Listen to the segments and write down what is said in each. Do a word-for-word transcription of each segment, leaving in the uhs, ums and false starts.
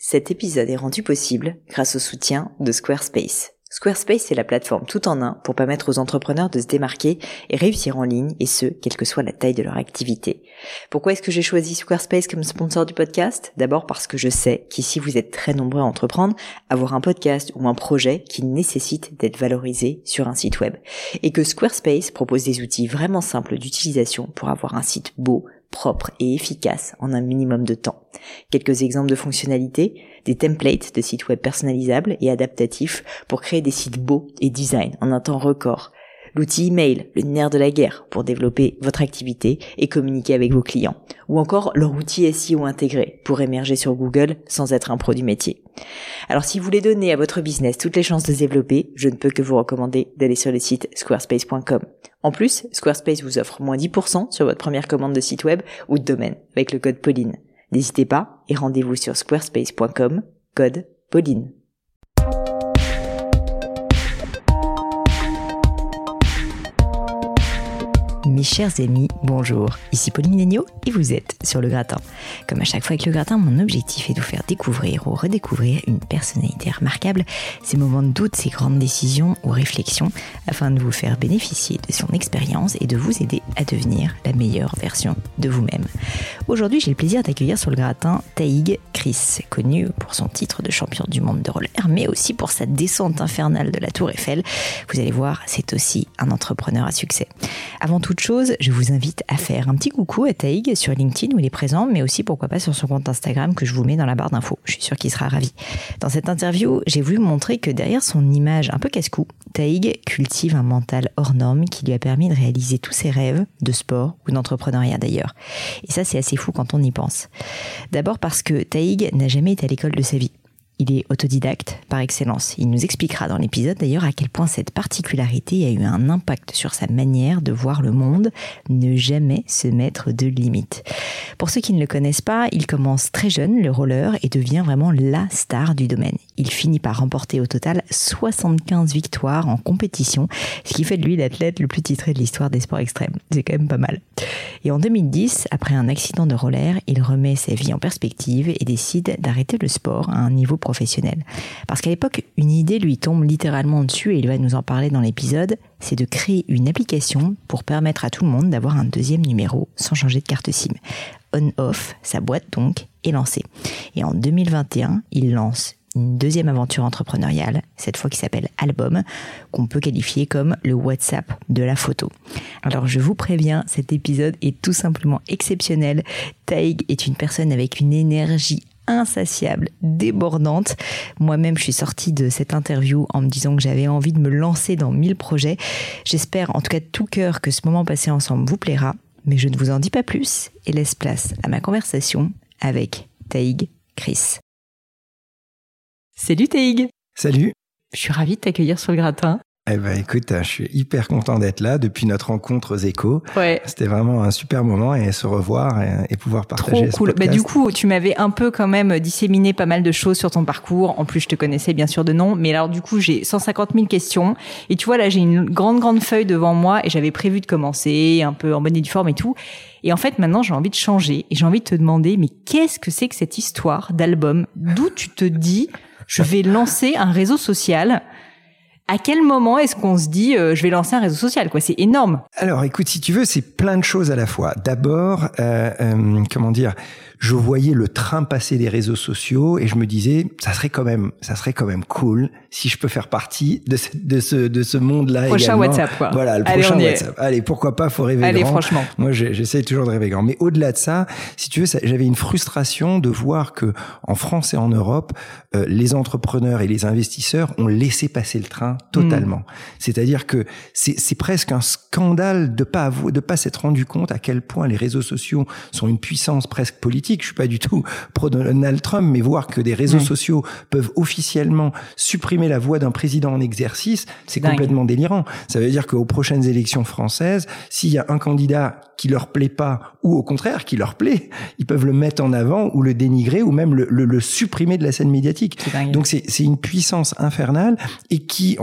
Cet épisode est rendu possible grâce au soutien de Squarespace. Squarespace est la plateforme tout en un pour permettre aux entrepreneurs de se démarquer et réussir en ligne, et ce, quelle que soit la taille de leur activité. Pourquoi est-ce que j'ai choisi Squarespace comme sponsor du podcast ? D'abord parce que je sais qu'ici vous êtes très nombreux à entreprendre, avoir un podcast ou un projet qui nécessite d'être valorisé sur un site web. Et que Squarespace propose des outils vraiment simples d'utilisation pour avoir un site beau, propre et efficace en un minimum de temps. Quelques exemples de fonctionnalités, des templates de sites web personnalisables et adaptatifs pour créer des sites beaux et design en un temps record. L'outil email, le nerf de la guerre pour développer votre activité et communiquer avec vos clients. Ou encore leur outil S E O intégré pour émerger sur Google sans être un pro du métier. Alors si vous voulez donner à votre business toutes les chances de se développer, je ne peux que vous recommander d'aller sur le site squarespace point com. En plus, Squarespace vous offre moins dix pour cent sur votre première commande de site web ou de domaine avec le code Pauline. N'hésitez pas et rendez-vous sur squarespace point com, code Pauline. Mes chers amis, bonjour, ici Pauline Léniaud et vous êtes sur Le Gratin. Comme à chaque fois avec Le Gratin, mon objectif est de vous faire découvrir ou redécouvrir une personnalité remarquable, ses moments de doute, ses grandes décisions ou réflexions, afin de vous faire bénéficier de son expérience et de vous aider à devenir la meilleure version de vous-même. Aujourd'hui, j'ai le plaisir d'accueillir sur Le Gratin Taïg Chris, connu pour son titre de champion du monde de roller, mais aussi pour sa descente infernale de la Tour Eiffel. Vous allez voir, c'est aussi un entrepreneur à succès. Avant toute chose, je vous invite à faire un petit coucou à Taïg sur LinkedIn où il est présent, mais aussi pourquoi pas sur son compte Instagram que je vous mets dans la barre d'infos. Je suis sûre qu'il sera ravi. Dans cette interview, j'ai voulu montrer que derrière son image un peu casse-cou, Taïg cultive un mental hors norme qui lui a permis de réaliser tous ses rêves de sport ou d'entrepreneuriat d'ailleurs. Et ça, c'est assez fou quand on y pense. D'abord parce que Taïg n'a jamais été à l'école de sa vie. Il est autodidacte par excellence. Il nous expliquera dans l'épisode d'ailleurs à quel point cette particularité a eu un impact sur sa manière de voir le monde, ne jamais se mettre de limites. Pour ceux qui ne le connaissent pas, il commence très jeune le roller et devient vraiment la star du domaine. Il finit par remporter au total soixante-quinze victoires en compétition, ce qui fait de lui l'athlète le plus titré de l'histoire des sports extrêmes. C'est quand même pas mal. Et en deux mille dix, après un accident de roller, il remet sa vie en perspective et décide d'arrêter le sport à un niveau professionnel. Parce qu'à l'époque, une idée lui tombe littéralement dessus et il va nous en parler dans l'épisode, c'est de créer une application pour permettre à tout le monde d'avoir un deuxième numéro sans changer de carte SIM. On-off, sa boîte donc, est lancée. Et en deux mille vingt et un, il lance une deuxième aventure entrepreneuriale, cette fois qui s'appelle Album, qu'on peut qualifier comme le WhatsApp de la photo. Alors je vous préviens, cet épisode est tout simplement exceptionnel. Taïg est une personne avec une énergie insatiable, débordante. Moi-même, je suis sortie de cette interview en me disant que j'avais envie de me lancer dans mille projets. J'espère en tout cas de tout cœur que ce moment passé ensemble vous plaira, mais je ne vous en dis pas plus et laisse place à ma conversation avec Taïg Chris. Salut Taïg. Salut. Je suis ravie de t'accueillir sur Le Gratin. Eh ben écoute, je suis hyper content d'être là depuis notre rencontre aux Échos. Ouais. C'était vraiment un super moment et se revoir et, et pouvoir partager Trop ce cool. podcast. Bah, du coup, tu m'avais un peu quand même disséminé pas mal de choses sur ton parcours. En plus, je te connaissais bien sûr de nom. Mais alors du coup, j'ai cent cinquante mille questions. Et tu vois, là, j'ai une grande, grande feuille devant moi et j'avais prévu de commencer un peu en bonne et due forme et tout. Et en fait, maintenant, j'ai envie de changer et j'ai envie de te demander, mais qu'est-ce que c'est que cette histoire d'album ? D'où tu te dis, je vais lancer un réseau social ? À quel moment est-ce qu'on se dit euh, je vais lancer un réseau social quoi ? C'est énorme. Alors écoute, si tu veux, c'est plein de choses à la fois. D'abord, euh, euh, comment dire, je voyais le train passer des réseaux sociaux et je me disais ça serait quand même ça serait quand même cool si je peux faire partie de ce de ce de ce monde-là prochain également. WhatsApp quoi. Voilà, le Allez, prochain WhatsApp. Allez, pourquoi pas, faut rêver Allez, grand. franchement. Moi, j'essaie toujours de rêver grand. Mais au-delà de ça, si tu veux, ça, j'avais une frustration de voir que en France et en Europe, euh, les entrepreneurs et les investisseurs ont laissé passer le train totalement. Mmh. C'est-à-dire que c'est c'est presque un scandale de pas avouer, de pas s'être rendu compte à quel point les réseaux sociaux sont une puissance presque politique. Je suis pas du tout pro Donald Trump, mais voir que des réseaux mmh. sociaux peuvent officiellement supprimer la voix d'un président en exercice, c'est Dingue. Complètement délirant. Ça veut dire qu'aux prochaines élections françaises, s'il y a un candidat qui leur plaît pas, ou au contraire qui leur plaît, ils peuvent le mettre en avant ou le dénigrer ou même le, le, le supprimer de la scène médiatique. C'est dingue. Donc c'est, c'est une puissance infernale et qui en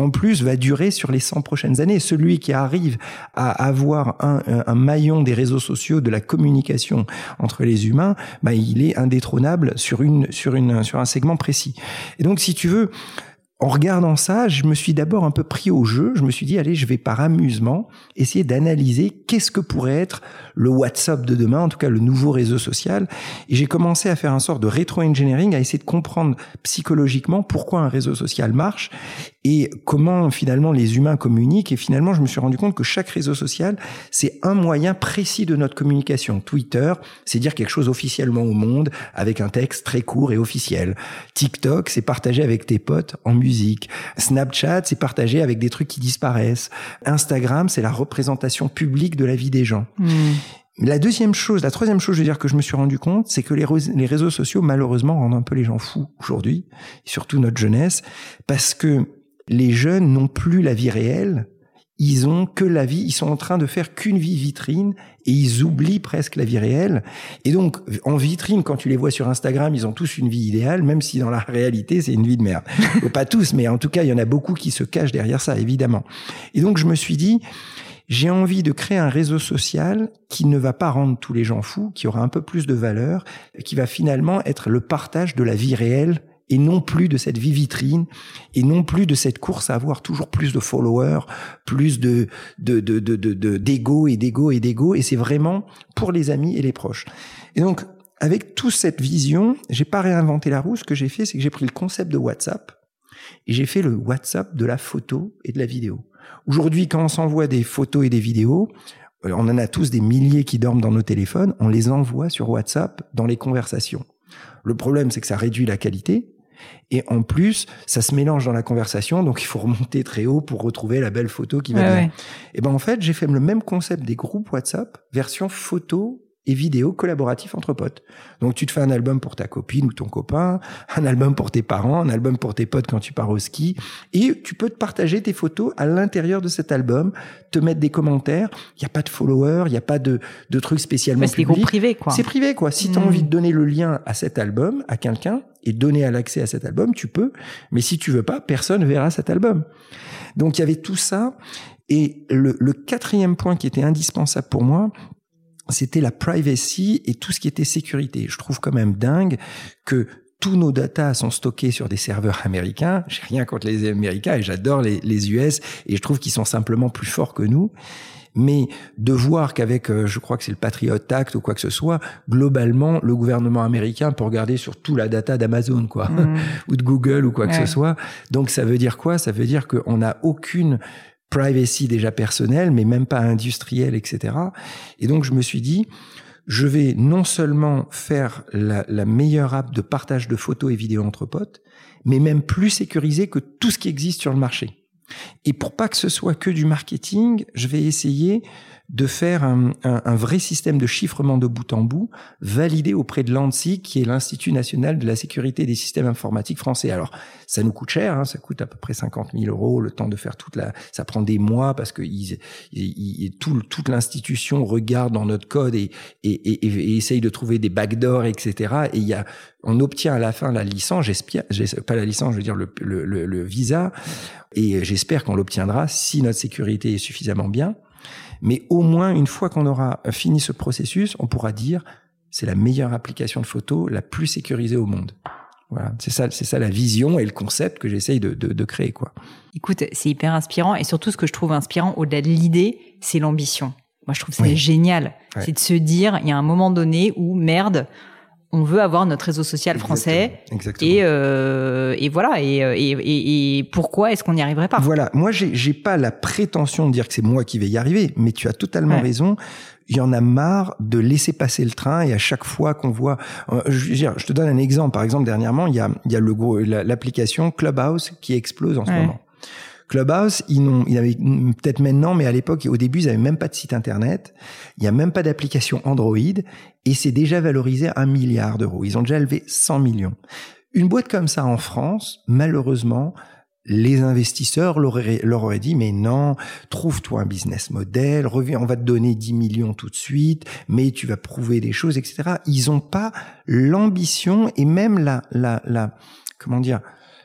en plus va durer sur les cent prochaines années. Celui qui arrive à avoir un, un maillon des réseaux sociaux, de la communication entre les humains, bah, il est indétrônable sur une, sur une, sur un segment précis. Et donc, si tu veux, en regardant ça, je me suis d'abord un peu pris au jeu. Je me suis dit, allez, je vais par amusement essayer d'analyser qu'est-ce que pourrait être le WhatsApp de demain, en tout cas le nouveau réseau social. Et j'ai commencé à faire un sort de rétro-engineering, à essayer de comprendre psychologiquement pourquoi un réseau social marche et comment finalement les humains communiquent. Et finalement, je me suis rendu compte que chaque réseau social, c'est un moyen précis de notre communication. Twitter, c'est dire quelque chose officiellement au monde avec un texte très court et officiel. TikTok, c'est partager avec tes potes en musique. Snapchat, c'est partager avec des trucs qui disparaissent. Instagram, c'est la représentation publique de la vie des gens. Mmh. La deuxième chose, la troisième chose, je veux dire, que je me suis rendu compte, c'est que les, re- les réseaux sociaux, malheureusement, rendent un peu les gens fous aujourd'hui, et surtout notre jeunesse, parce que les jeunes n'ont plus la vie réelle, ils ont que la vie, ils sont en train de faire qu'une vie vitrine et ils oublient presque la vie réelle. Et donc, en vitrine, quand tu les vois sur Instagram, ils ont tous une vie idéale, même si dans la réalité, c'est une vie de merde. Pas tous, mais en tout cas, il y en a beaucoup qui se cachent derrière ça, évidemment. Et donc, je me suis dit, j'ai envie de créer un réseau social qui ne va pas rendre tous les gens fous, qui aura un peu plus de valeur, qui va finalement être le partage de la vie réelle et non plus de cette vie vitrine, et non plus de cette course à avoir toujours plus de followers, plus de, de, de, de, de, de, d'ego et d'ego et d'ego, et c'est vraiment pour les amis et les proches. Et donc, avec toute cette vision, j'ai pas réinventé la roue. Ce que j'ai fait, c'est que j'ai pris le concept de WhatsApp, et j'ai fait le WhatsApp de la photo et de la vidéo. Aujourd'hui, quand on s'envoie des photos et des vidéos, on en a tous des milliers qui dorment dans nos téléphones, on les envoie sur WhatsApp dans les conversations. Le problème, c'est que ça réduit la qualité. Et en plus, ça se mélange dans la conversation, donc il faut remonter très haut pour retrouver la belle photo qui va ouais, bien. Ouais. Et ben en fait, j'ai fait le même concept des groupes WhatsApp, version photo et vidéo collaboratif entre potes. Donc tu te fais un album pour ta copine ou ton copain, un album pour tes parents, un album pour tes potes quand tu pars au ski, et tu peux te partager tes photos à l'intérieur de cet album, te mettre des commentaires. Il y a pas de followers, il y a pas de de trucs spécialement ouais, c'est publics. des groupes privés, quoi. C'est privé, quoi. Si tu as mmh. envie de donner le lien à cet album à quelqu'un et donner à l'accès à cet album, tu peux. Mais si tu veux pas, personne verra cet album. Donc il y avait tout ça. Et le, le quatrième point qui était indispensable pour moi, c'était la privacy et tout ce qui était sécurité. Je trouve quand même dingue que tous nos datas sont stockés sur des serveurs américains. J'ai rien contre les Américains et j'adore les, les U S et je trouve qu'ils sont simplement plus forts que nous. Mais de voir qu'avec, euh, je crois que c'est le Patriot Act ou quoi que ce soit, globalement, le gouvernement américain peut regarder sur tout la data d'Amazon, quoi, mmh. ou de Google ou quoi ouais. que ce soit. Donc ça veut dire quoi? Ça veut dire qu'on n'a aucune privacy déjà personnelle, mais même pas industrielle, et cetera. Et donc je me suis dit, je vais non seulement faire la, la meilleure app de partage de photos et vidéos entre potes, mais même plus sécurisée que tout ce qui existe sur le marché. Et pour pas que ce soit que du marketing, je vais essayer de faire un, un, un vrai système de chiffrement de bout en bout, validé auprès de l'ANSSI, qui est l'Institut national de la sécurité des systèmes informatiques français. Alors, ça nous coûte cher, hein, ça coûte à peu près cinquante mille euros, le temps de faire toute la, ça prend des mois parce que ils, ils, ils, tout, toute l'institution regarde dans notre code et, et, et, et essaye de trouver des backdoors, et cetera. Et il y a, on obtient à la fin la licence, j'espère, pas la licence, je veux dire le, le, le, le visa, et j'espère qu'on l'obtiendra si notre sécurité est suffisamment bien. Mais au moins, une fois qu'on aura fini ce processus, on pourra dire c'est la meilleure application de photo, la plus sécurisée au monde. Voilà, c'est ça, c'est ça la vision et le concept que j'essaye de, de, de créer, quoi. Écoute, c'est hyper inspirant et surtout ce que je trouve inspirant au-delà de l'idée, c'est l'ambition. Moi, je trouve que c'est oui. génial. Ouais. C'est de se dire, il y a un moment donné où merde, on veut avoir notre réseau social français. Exactement. Exactement. Et, euh, et voilà. Et, et, et, et pourquoi est-ce qu'on n'y arriverait pas? Voilà. Moi, j'ai, j'ai pas la prétention de dire que c'est moi qui vais y arriver, mais tu as totalement ouais. raison. Il y en a marre de laisser passer le train et à chaque fois qu'on voit, euh, je veux dire, je te donne un exemple. Par exemple, dernièrement, il y a, il y a le gros, la, l'application Clubhouse qui explose en ce ouais. moment. Clubhouse, ils n'ont, ils avaient peut-être maintenant, mais à l'époque, au début, ils avaient même pas de site internet. Il y a même pas d'application Android et c'est déjà valorisé à un milliard d'euros. Ils ont déjà levé cent millions. Une boîte comme ça en France, malheureusement, les investisseurs leur auraient, leur auraient dit, mais non, trouve-toi un business model, reviens, on va te donner dix millions tout de suite, mais tu vas prouver des choses, et cetera. Ils ont pas l'ambition et même la, la, la, comment dire,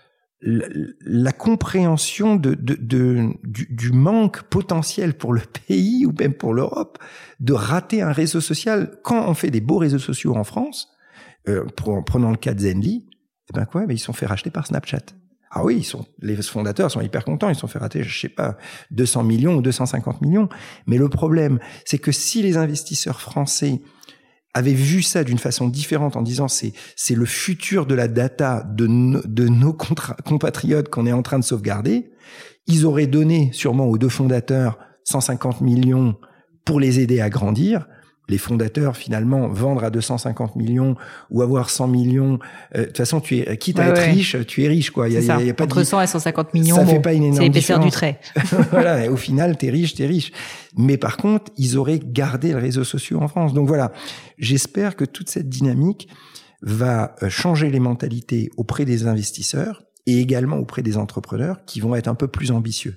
la, la compréhension de, de, de du, du manque potentiel pour le pays ou même pour l'Europe de rater un réseau social. Quand on fait des beaux réseaux sociaux en France, euh, pour, prenons le cas de Zenly, eh ben quoi, ben ils sont fait racheter par Snapchat. Ah oui, ils sont, les fondateurs sont hyper contents, ils se sont fait rater, je sais pas, deux cents millions ou deux cent cinquante millions. Mais le problème, c'est que si les investisseurs français avaient vu ça d'une façon différente en disant c'est, c'est le futur de la data de, no, de nos contra- compatriotes qu'on est en train de sauvegarder, ils auraient donné sûrement aux deux fondateurs cent cinquante millions pour les aider à grandir. Les fondateurs, finalement, vendre à deux cent cinquante millions ou avoir cent millions, euh, de toute façon, tu es, quitte ouais, à être ouais. riche, tu es riche, quoi. Il y a, il y a, il y a pas Entre de... cent et cent cinquante millions, ça bon, fait pas une énorme c'est l'épaisseur du trait. Voilà, et au final, t'es riche, t'es riche. Mais par contre, ils auraient gardé le réseau social en France. Donc voilà, j'espère que toute cette dynamique va changer les mentalités auprès des investisseurs et également auprès des entrepreneurs qui vont être un peu plus ambitieux.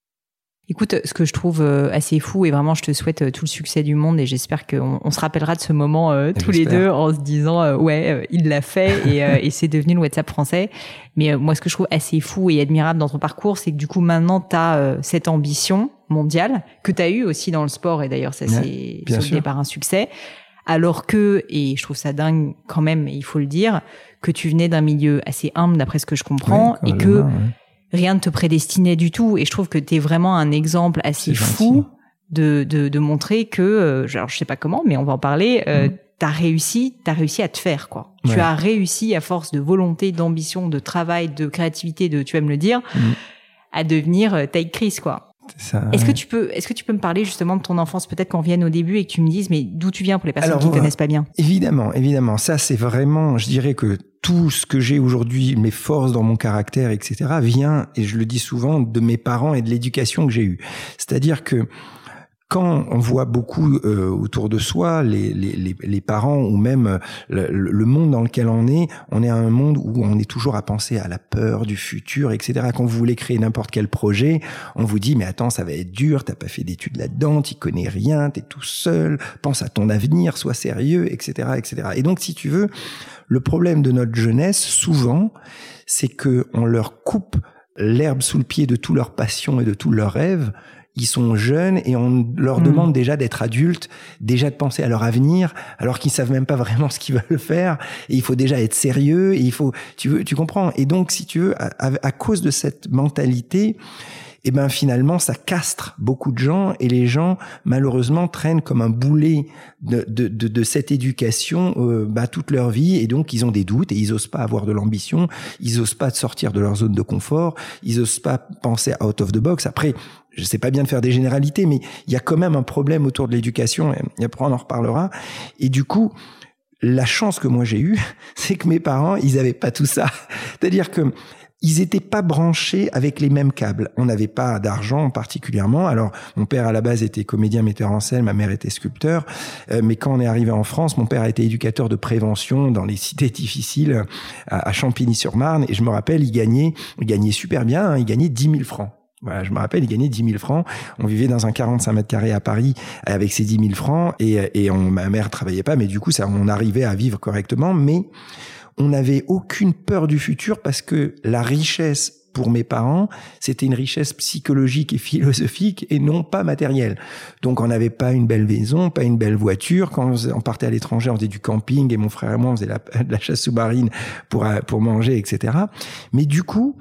Écoute, ce que je trouve assez fou, et vraiment je te souhaite tout le succès du monde, et j'espère qu'on on se rappellera de ce moment euh, tous les deux en se disant euh, ouais, euh, il l'a fait et, euh, et c'est devenu le WhatsApp français. Mais euh, moi, ce que je trouve assez fou et admirable dans ton parcours, c'est que du coup maintenant tu as euh, cette ambition mondiale que tu as eue aussi dans le sport, et d'ailleurs ça s'est ouais, soldé par un succès. Alors que, et je trouve ça dingue quand même, il faut le dire, que tu venais d'un milieu assez humble d'après ce que je comprends, ouais, et que ouais. rien ne te prédestinait du tout. Et je trouve que t'es vraiment un exemple assez fou de, de, de montrer que, euh, alors je sais pas comment, mais on va en parler, euh, mmh. t'as réussi, t'as réussi à te faire, quoi. Ouais. Tu as réussi à force de volonté, d'ambition, de travail, de créativité, de, tu vas me le dire, mmh. à devenir euh, Take Chris, quoi. Ça, est-ce ouais. que tu peux, est-ce que tu peux me parler justement de ton enfance, peut-être qu'on vienne au début et que tu me dises, mais d'où tu viens pour les personnes Alors, qui ne connaissent pas bien? Évidemment, évidemment. Ça, c'est vraiment, je dirais que tout ce que j'ai aujourd'hui, mes forces dans mon caractère, et cetera, vient, et je le dis souvent, de mes parents et de l'éducation que j'ai eue. C'est-à-dire que quand on voit beaucoup euh, autour de soi, les, les, les, les parents ou même le, le monde dans lequel on est, on est à un monde où on est toujours à penser à la peur du futur, et cetera. Quand vous voulez créer n'importe quel projet, on vous dit « mais attends, ça va être dur, t'as pas fait d'études là-dedans, t'y connais rien, t'es tout seul, pense à ton avenir, sois sérieux, et cetera, et cetera » Et donc, si tu veux, le problème de notre jeunesse, souvent, c'est que on leur coupe l'herbe sous le pied de tous leurs passions et de tous leurs rêves. Ils sont jeunes et on leur mmh. demande déjà d'être adultes, déjà de penser à leur avenir, alors qu'ils savent même pas vraiment ce qu'ils veulent faire. Et il faut déjà être sérieux. Et il faut, tu veux, tu comprends. Et donc, si tu veux, à, à cause de cette mentalité, eh ben finalement, ça castre beaucoup de gens et les gens, malheureusement, traînent comme un boulet de, de, de, de cette éducation euh, bah, toute leur vie. Et donc, ils ont des doutes et ils osent pas avoir de l'ambition. Ils osent pas sortir de leur zone de confort. Ils osent pas penser out of the box. Après, je sais pas bien de faire des généralités, mais il y a quand même un problème autour de l'éducation. Et après, on en reparlera. Et du coup, la chance que moi j'ai eue, c'est que mes parents, ils avaient pas tout ça. C'est-à-dire que ils étaient pas branchés avec les mêmes câbles. On n'avait pas d'argent particulièrement. Alors, mon père à la base était comédien, metteur en scène, ma mère était sculpteur. Euh, mais quand on est arrivé en France, mon père a été éducateur de prévention dans les cités difficiles à, à Champigny-sur-Marne. Et je me rappelle, il gagnait, il gagnait super bien. Hein, il gagnait dix mille francs. Voilà, je me rappelle, il gagnait dix mille francs. On vivait dans un quarante-cinq mètres carrés à Paris avec ces dix mille francs et, et on, ma mère travaillait pas, mais du coup, ça, on arrivait à vivre correctement. Mais on n'avait aucune peur du futur parce que la richesse pour mes parents, c'était une richesse psychologique et philosophique et non pas matérielle. Donc, on n'avait pas une belle maison, pas une belle voiture. Quand on, faisait, on partait à l'étranger, on faisait du camping et mon frère et moi, on faisait la, de la chasse sous-marine pour, pour manger, et cetera. Mais du coup,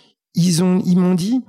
ils ont, ils m'ont dit,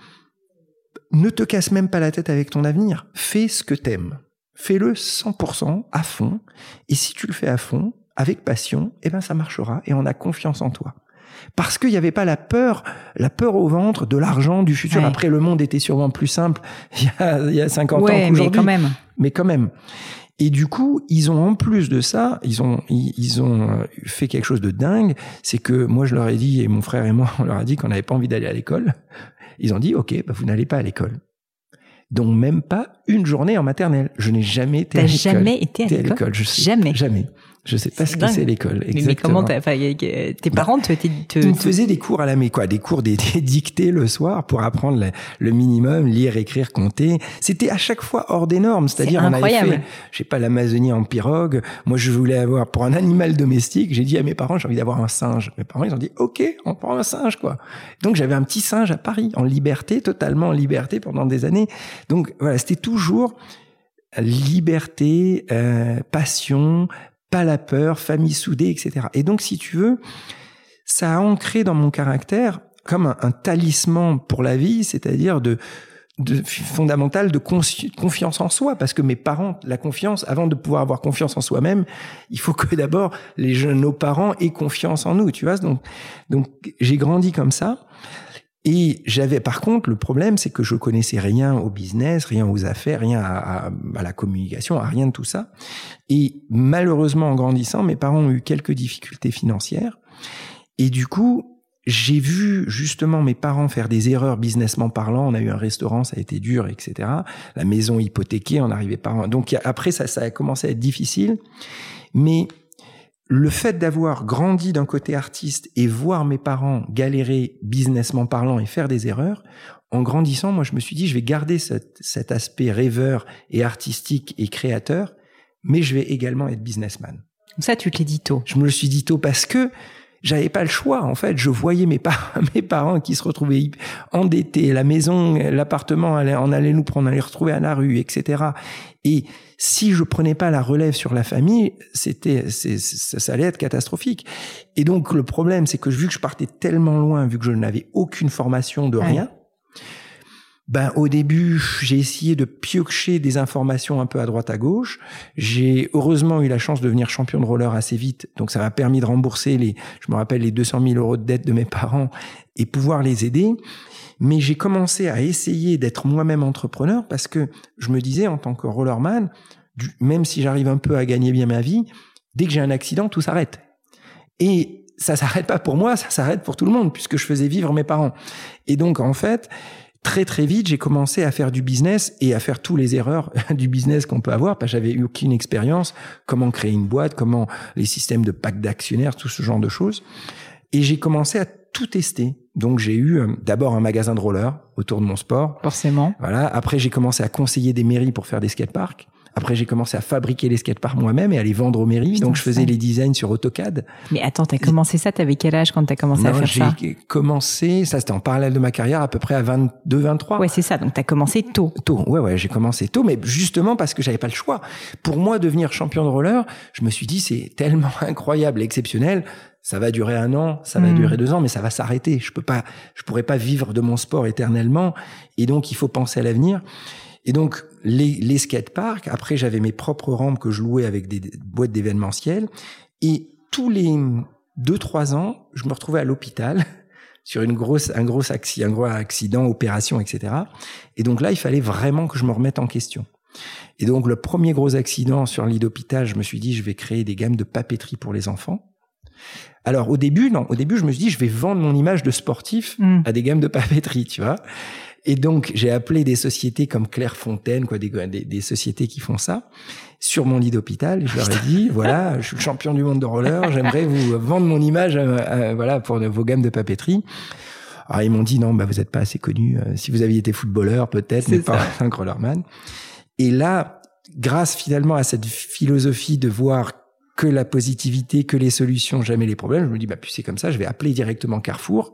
ne te casse même pas la tête avec ton avenir. Fais ce que t'aimes. Fais-le cent pour cent à fond. Et si tu le fais à fond, avec passion, eh ben, ça marchera et on a confiance en toi. Parce qu'il n'y avait pas la peur, la peur au ventre de l'argent, du futur. Ouais. Après, le monde était sûrement plus simple il y a, il y a cinquante ouais, ans qu'aujourd'hui. Mais quand même. Mais quand même. Et du coup, ils ont en plus de ça, ils ont ils, ils ont fait quelque chose de dingue. C'est que moi, je leur ai dit, et mon frère et moi, on leur a dit qu'on n'avait pas envie d'aller à l'école. Ils ont dit, OK, bah, vous n'allez pas à l'école. Donc, même pas une journée en maternelle. Je n'ai jamais été T'as à l'école. jamais été à l'école? À l'école je sais, jamais. Jamais. Je sais pas c'est ce dingue. que c'est l'école. Exactement. Mais comment t'as, enfin, tes parents te, te, te, Ils me faisaient des cours à la mais quoi, des cours des, des dictées le soir pour apprendre le, le minimum, lire, écrire, compter. C'était à chaque fois hors des normes. C'est-à-dire, c'est on avait incroyable. fait, je sais pas, l'Amazonie en pirogue. Moi, je voulais avoir, pour un animal domestique, j'ai dit à mes parents, j'ai envie d'avoir un singe. Mes parents, ils ont dit, OK, on prend un singe, quoi. Donc, j'avais un petit singe à Paris, en liberté, totalement en liberté pendant des années. Donc, voilà, c'était toujours liberté, euh, passion, pas la peur, famille soudée, et cetera. Et donc, si tu veux, ça a ancré dans mon caractère comme un, un talisman pour la vie, c'est-à-dire de, de fondamental de consci- confiance en soi, parce que mes parents, la confiance, avant de pouvoir avoir confiance en soi-même, il faut que d'abord les jeunes, nos parents aient confiance en nous, tu vois. Donc, donc j'ai grandi comme ça. Et j'avais, par contre, le problème, c'est que je connaissais rien au business, rien aux affaires, rien à, à, à la communication, à rien de tout ça. Et malheureusement, en grandissant, mes parents ont eu quelques difficultés financières. Et du coup, j'ai vu justement mes parents faire des erreurs businessment parlant. On a eu un restaurant, ça a été dur, et cetera. La maison hypothéquée, on n'arrivait pas. Donc après, ça, ça a commencé à être difficile. Mais le fait d'avoir grandi d'un côté artiste et voir mes parents galérer businessment parlant et faire des erreurs, en grandissant, moi, je me suis dit, je vais garder cet, cet aspect rêveur et artistique et créateur, mais je vais également être businessman. Ça, tu te l'es dit tôt. Je me le suis dit tôt parce que j'avais pas le choix, en fait. Je voyais mes, par- mes parents qui se retrouvaient endettés, la maison, l'appartement, on allait nous prendre, on allait les retrouver à la rue, et cetera. Et si je prenais pas la relève sur la famille, c'était, c'est, ça, ça allait être catastrophique. Et donc, le problème, c'est que vu que je partais tellement loin, vu que je n'avais aucune formation de rien, ouais. Ben, au début, j'ai essayé de piocher des informations un peu à droite à gauche. J'ai heureusement eu la chance de devenir champion de roller assez vite. Donc, ça m'a permis de rembourser les, je me rappelle, les deux cent mille euros de dette de mes parents et pouvoir les aider. Mais j'ai commencé à essayer d'être moi-même entrepreneur parce que je me disais, en tant que rollerman, du, même si j'arrive un peu à gagner bien ma vie, dès que j'ai un accident, tout s'arrête. Et ça s'arrête pas pour moi, ça s'arrête pour tout le monde puisque je faisais vivre mes parents. Et donc, en fait, très très vite, j'ai commencé à faire du business et à faire tous les erreurs du business qu'on peut avoir parce que j'avais eu aucune expérience, comment créer une boîte, comment les systèmes de pacte d'actionnaires, tout ce genre de choses. Et j'ai commencé à tout tester. Donc j'ai eu euh, d'abord un magasin de rollers autour de mon sport. Forcément. Voilà. Après j'ai commencé à conseiller des mairies pour faire des skateparks. Après, j'ai commencé à fabriquer les skateparks moi-même et à les vendre aux mairies. Putain, donc, je faisais ça. Les designs sur AutoCAD. Mais attends, t'as commencé ça, t'avais quel âge quand t'as commencé non, à faire ça? J'ai commencé, ça c'était en parallèle de ma carrière, à peu près à vingt-deux, vingt-trois. Ouais, c'est ça. Donc, t'as commencé tôt. Tôt, ouais, ouais, j'ai commencé tôt, mais justement parce que j'avais pas le choix. Pour moi, devenir champion de roller, je me suis dit, c'est tellement incroyable, exceptionnel. Ça va durer un an, ça va mmh. durer deux ans, mais ça va s'arrêter. Je peux pas, je pourrais pas vivre de mon sport éternellement. Et donc, il faut penser à l'avenir. Et donc, les, les skateparks, après, j'avais mes propres rampes que je louais avec des, des boîtes d'événementiel. Et tous les deux, trois ans, je me retrouvais à l'hôpital sur une grosse, un gros accident, un gros accident, opération, et cetera. Et donc là, il fallait vraiment que je me remette en question. Et donc, le premier gros accident sur le lit d'hôpital, je me suis dit, je vais créer des gammes de papeterie pour les enfants. Alors, au début, non, au début, je me suis dit, je vais vendre mon image de sportif mmh. à des gammes de papeterie, tu vois. Et donc, j'ai appelé des sociétés comme Clairefontaine, quoi, des, des, des sociétés qui font ça, sur mon lit d'hôpital. Et je leur ai dit, voilà, je suis le champion du monde de roller, j'aimerais vous vendre mon image, euh, euh, voilà, pour vos gammes de papeterie. Alors, ils m'ont dit, non, bah, vous n'êtes pas assez connu. Euh, si vous aviez été footballeur, peut-être, c'est mais ça. Pas un rollerman. Et là, grâce finalement à cette philosophie de voir que la positivité, que les solutions, jamais les problèmes, je me dis, bah, puis c'est comme ça, je vais appeler directement Carrefour.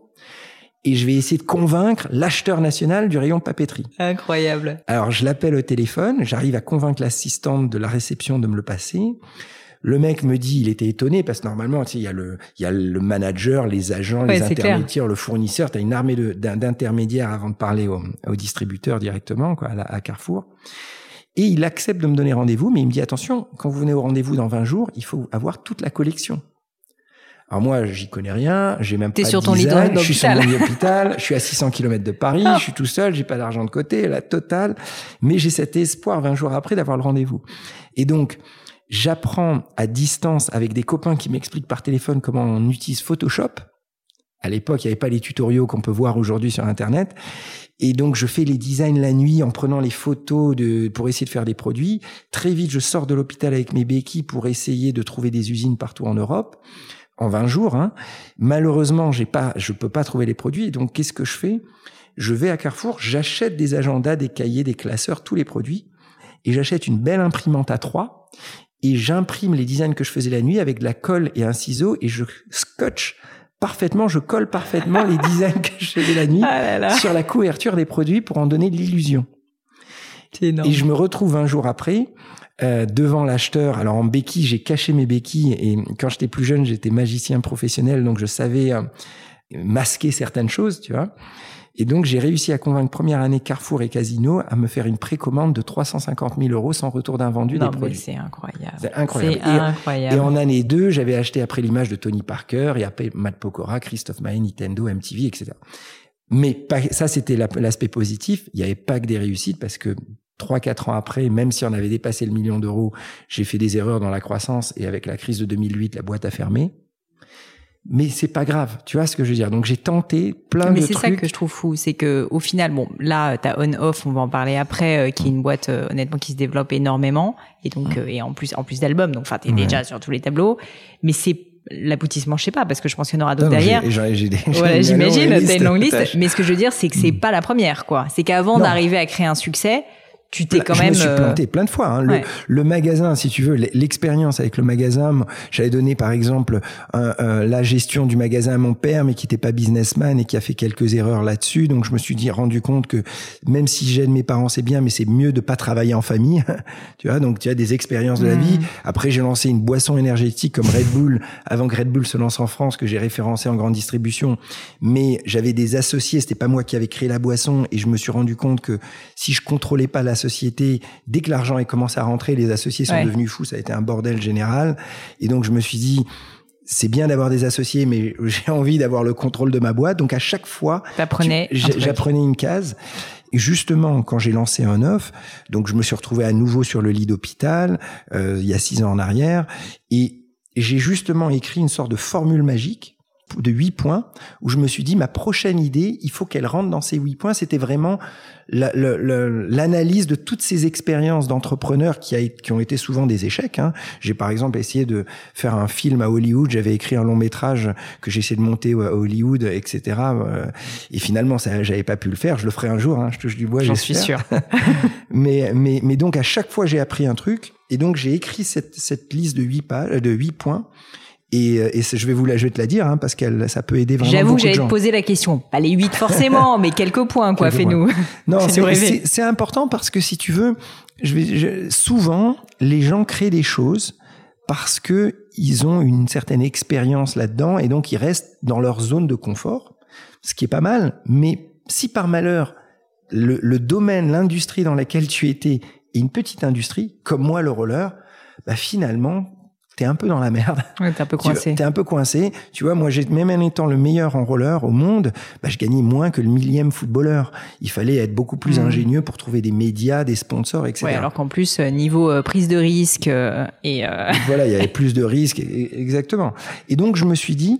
Et je vais essayer de convaincre l'acheteur national du rayon papeterie. Incroyable. Alors, je l'appelle au téléphone, j'arrive à convaincre l'assistante de la réception de me le passer. Le mec me dit, il était étonné parce que normalement, tu sais, il y a le, il y a le manager, les agents, ouais, les intermédiaires, clair. Le fournisseur. T'as une armée de, d'intermédiaires avant de parler au, au distributeur directement, quoi, à, la, à Carrefour. Et il accepte de me donner rendez-vous, mais il me dit, attention, quand vous venez au rendez-vous dans vingt jours, il faut avoir toute la collection. Alors moi, j'y connais rien, j'ai même T'es pas sur de ton design, lit je suis sur mon lit d'hôpital, je suis à six cents kilomètres de Paris, je suis tout seul, j'ai pas d'argent de côté, la totale, mais j'ai cet espoir vingt jours après d'avoir le rendez-vous. Et donc, j'apprends à distance avec des copains qui m'expliquent par téléphone comment on utilise Photoshop. À l'époque, il n'y avait pas les tutoriaux qu'on peut voir aujourd'hui sur Internet. Et donc, je fais les designs la nuit en prenant les photos de, pour essayer de faire des produits. Très vite, je sors de l'hôpital avec mes béquilles pour essayer de trouver des usines partout en Europe. En vingt jours, hein. Malheureusement, j'ai pas, je peux pas trouver les produits. Donc, qu'est-ce que je fais? Je vais à Carrefour, j'achète des agendas, des cahiers, des classeurs, tous les produits. Et j'achète une belle imprimante A trois. Et j'imprime les designs que je faisais la nuit avec de la colle et un ciseau. Et je scotche parfaitement, je colle parfaitement les designs que je faisais la nuit ah là là. sur la couverture des produits pour en donner de l'illusion. C'est énorme. Et je me retrouve un jour après, euh, devant l'acheteur. Alors en béquille, j'ai caché mes béquilles et quand j'étais plus jeune, j'étais magicien professionnel, donc je savais euh, masquer certaines choses, tu vois. Et donc, j'ai réussi à convaincre première année Carrefour et Casino à me faire une précommande de trois cent cinquante mille euros sans retour d'invendu des produits. C'est incroyable. C'est incroyable. C'est et, incroyable. Et en année deux, j'avais acheté après l'image de Tony Parker et après Matt Pokora, Christophe Maé, Nintendo, M T V, et cetera. Mais pas, ça, c'était l'aspect positif. Il n'y avait pas que des réussites parce que trois, quatre ans après, même si on avait dépassé le million d'euros, j'ai fait des erreurs dans la croissance et avec la crise de deux mille huit, la boîte a fermé. Mais c'est pas grave, tu vois ce que je veux dire. Donc j'ai tenté plein mais de trucs. Mais c'est ça que je trouve fou, c'est que au final, bon, là t'as On-Off, on va en parler après, euh, qui est une boîte euh, honnêtement qui se développe énormément et donc euh, et en plus en plus d'albums, donc enfin t'es ouais. déjà sur tous les tableaux. Mais c'est l'aboutissement, je sais pas, parce que je pense qu'il y en aura d'autres derrière. J'ai, j'ai des, voilà, j'imagine, t'as une longue liste. Mais ce que je veux dire, c'est que c'est mm. pas la première, quoi. C'est qu'avant non. d'arriver à créer un succès, tu t'es quand je même... Je me suis planté plein de fois. Hein. Le, ouais. le magasin, si tu veux, l'expérience avec le magasin, j'avais donné par exemple un, un, la gestion du magasin à mon père, mais qui n'était pas businessman et qui a fait quelques erreurs là-dessus. Donc je me suis dit, rendu compte que même si j'aide mes parents, c'est bien, mais c'est mieux de pas travailler en famille. Tu vois, donc tu as des expériences de la mmh. vie. Après, j'ai lancé une boisson énergétique comme Red Bull, avant que Red Bull se lance en France, que j'ai référencé en grande distribution. Mais j'avais des associés, c'était pas moi qui avais créé la boisson, et je me suis rendu compte que si je contrôlais pas la société, dès que l'argent est commencé à rentrer, les associés sont ouais. devenus fous, ça a été un bordel général. Et donc je me suis dit, c'est bien d'avoir des associés, mais j'ai envie d'avoir le contrôle de ma boîte. Donc à chaque fois, tu, j'apprenais une case. Et justement, quand j'ai lancé On-Off, donc je me suis retrouvé à nouveau sur le lit d'hôpital, euh, il y a six ans en arrière, et j'ai justement écrit une sorte de formule magique de huit points, où je me suis dit, ma prochaine idée, il faut qu'elle rentre dans ces huit points. C'était vraiment la, la, la, l'analyse de toutes ces expériences d'entrepreneurs qui, a, qui ont été souvent des échecs. Hein. J'ai par exemple essayé de faire un film à Hollywood, j'avais écrit un long métrage que j'ai essayé de monter à Hollywood, et cetera. Et finalement, ça, j'avais pas pu le faire. Je le ferai un jour, hein, je touche du bois, j'en j'espère. suis sûr. mais, mais, mais donc, à chaque fois, j'ai appris un truc. Et donc, j'ai écrit cette, cette liste de huit pages, de huit points. Et, et je vais vous la, je vais te la dire, hein, parce que ça peut aider vraiment J'avoue, beaucoup de gens. J'avoue, j'allais te poser la question. Pas les huit forcément, mais quelques points, quoi. Quelques fais-nous. Points. Non, c'est, c'est, c'est important parce que si tu veux, je vais, je, souvent, les gens créent des choses parce que ils ont une certaine expérience là-dedans et donc ils restent dans leur zone de confort, ce qui est pas mal. Mais si par malheur, le, le domaine, l'industrie dans laquelle tu étais est une petite industrie, comme moi, le roller, bah finalement, t'es un peu dans la merde. Ouais, t'es un peu coincé. Tu, t'es un peu coincé. Tu vois, moi, j'ai, même en étant le meilleur en roller au monde, bah, je gagnais moins que le millième footballeur. Il fallait être beaucoup plus mmh. ingénieux pour trouver des médias, des sponsors, et cetera. Ouais, alors qu'en plus, niveau euh, prise de risque euh, et... Euh... Voilà, il y avait plus de risques, exactement. Et donc, je me suis dit,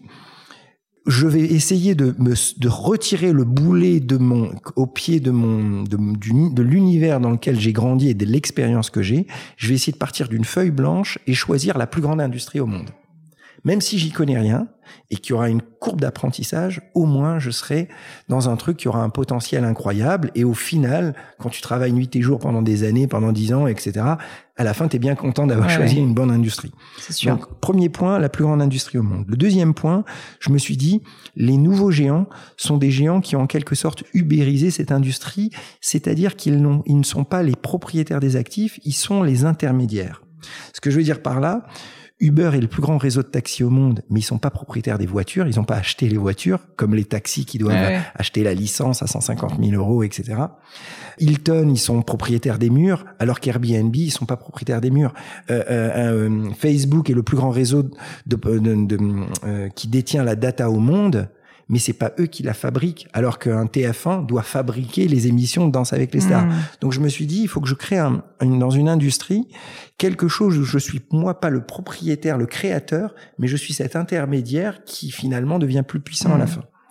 je vais essayer de me de retirer le boulet de mon au pied de mon de, du, de l'univers dans lequel j'ai grandi et de l'expérience que j'ai. Je vais essayer de partir d'une feuille blanche et choisir la plus grande industrie au monde. Même si j'y connais rien et qu'il y aura une courbe d'apprentissage, au moins je serai dans un truc qui aura un potentiel incroyable. Et au final, quand tu travailles nuit et jour pendant des années, pendant dix ans, et cetera, à la fin, tu es bien content d'avoir ouais, choisi ouais. une bonne industrie. C'est sûr. Donc, premier point, la plus grande industrie au monde. Le deuxième point, je me suis dit, les nouveaux géants sont des géants qui ont en quelque sorte ubérisé cette industrie, c'est-à-dire qu'ils n'ont, ils ne sont pas les propriétaires des actifs, ils sont les intermédiaires. Ce que je veux dire par là, Uber est le plus grand réseau de taxis au monde, mais ils sont pas propriétaires des voitures, ils n'ont pas acheté les voitures, comme les taxis qui doivent ouais. acheter la licence à cent cinquante mille euros, et cetera. Hilton, ils sont propriétaires des murs, alors qu'Airbnb, ils sont pas propriétaires des murs. Euh, euh, Facebook est le plus grand réseau de, de, de, de, euh, qui détient la data au monde, mais c'est pas eux qui la fabriquent, alors qu'un T F un doit fabriquer les émissions de Danse avec les stars. Mmh. Donc je me suis dit, il faut que je crée un, une, dans une industrie quelque chose où je suis moi pas le propriétaire, le créateur, mais je suis cet intermédiaire qui finalement devient plus puissant mmh. à la fin.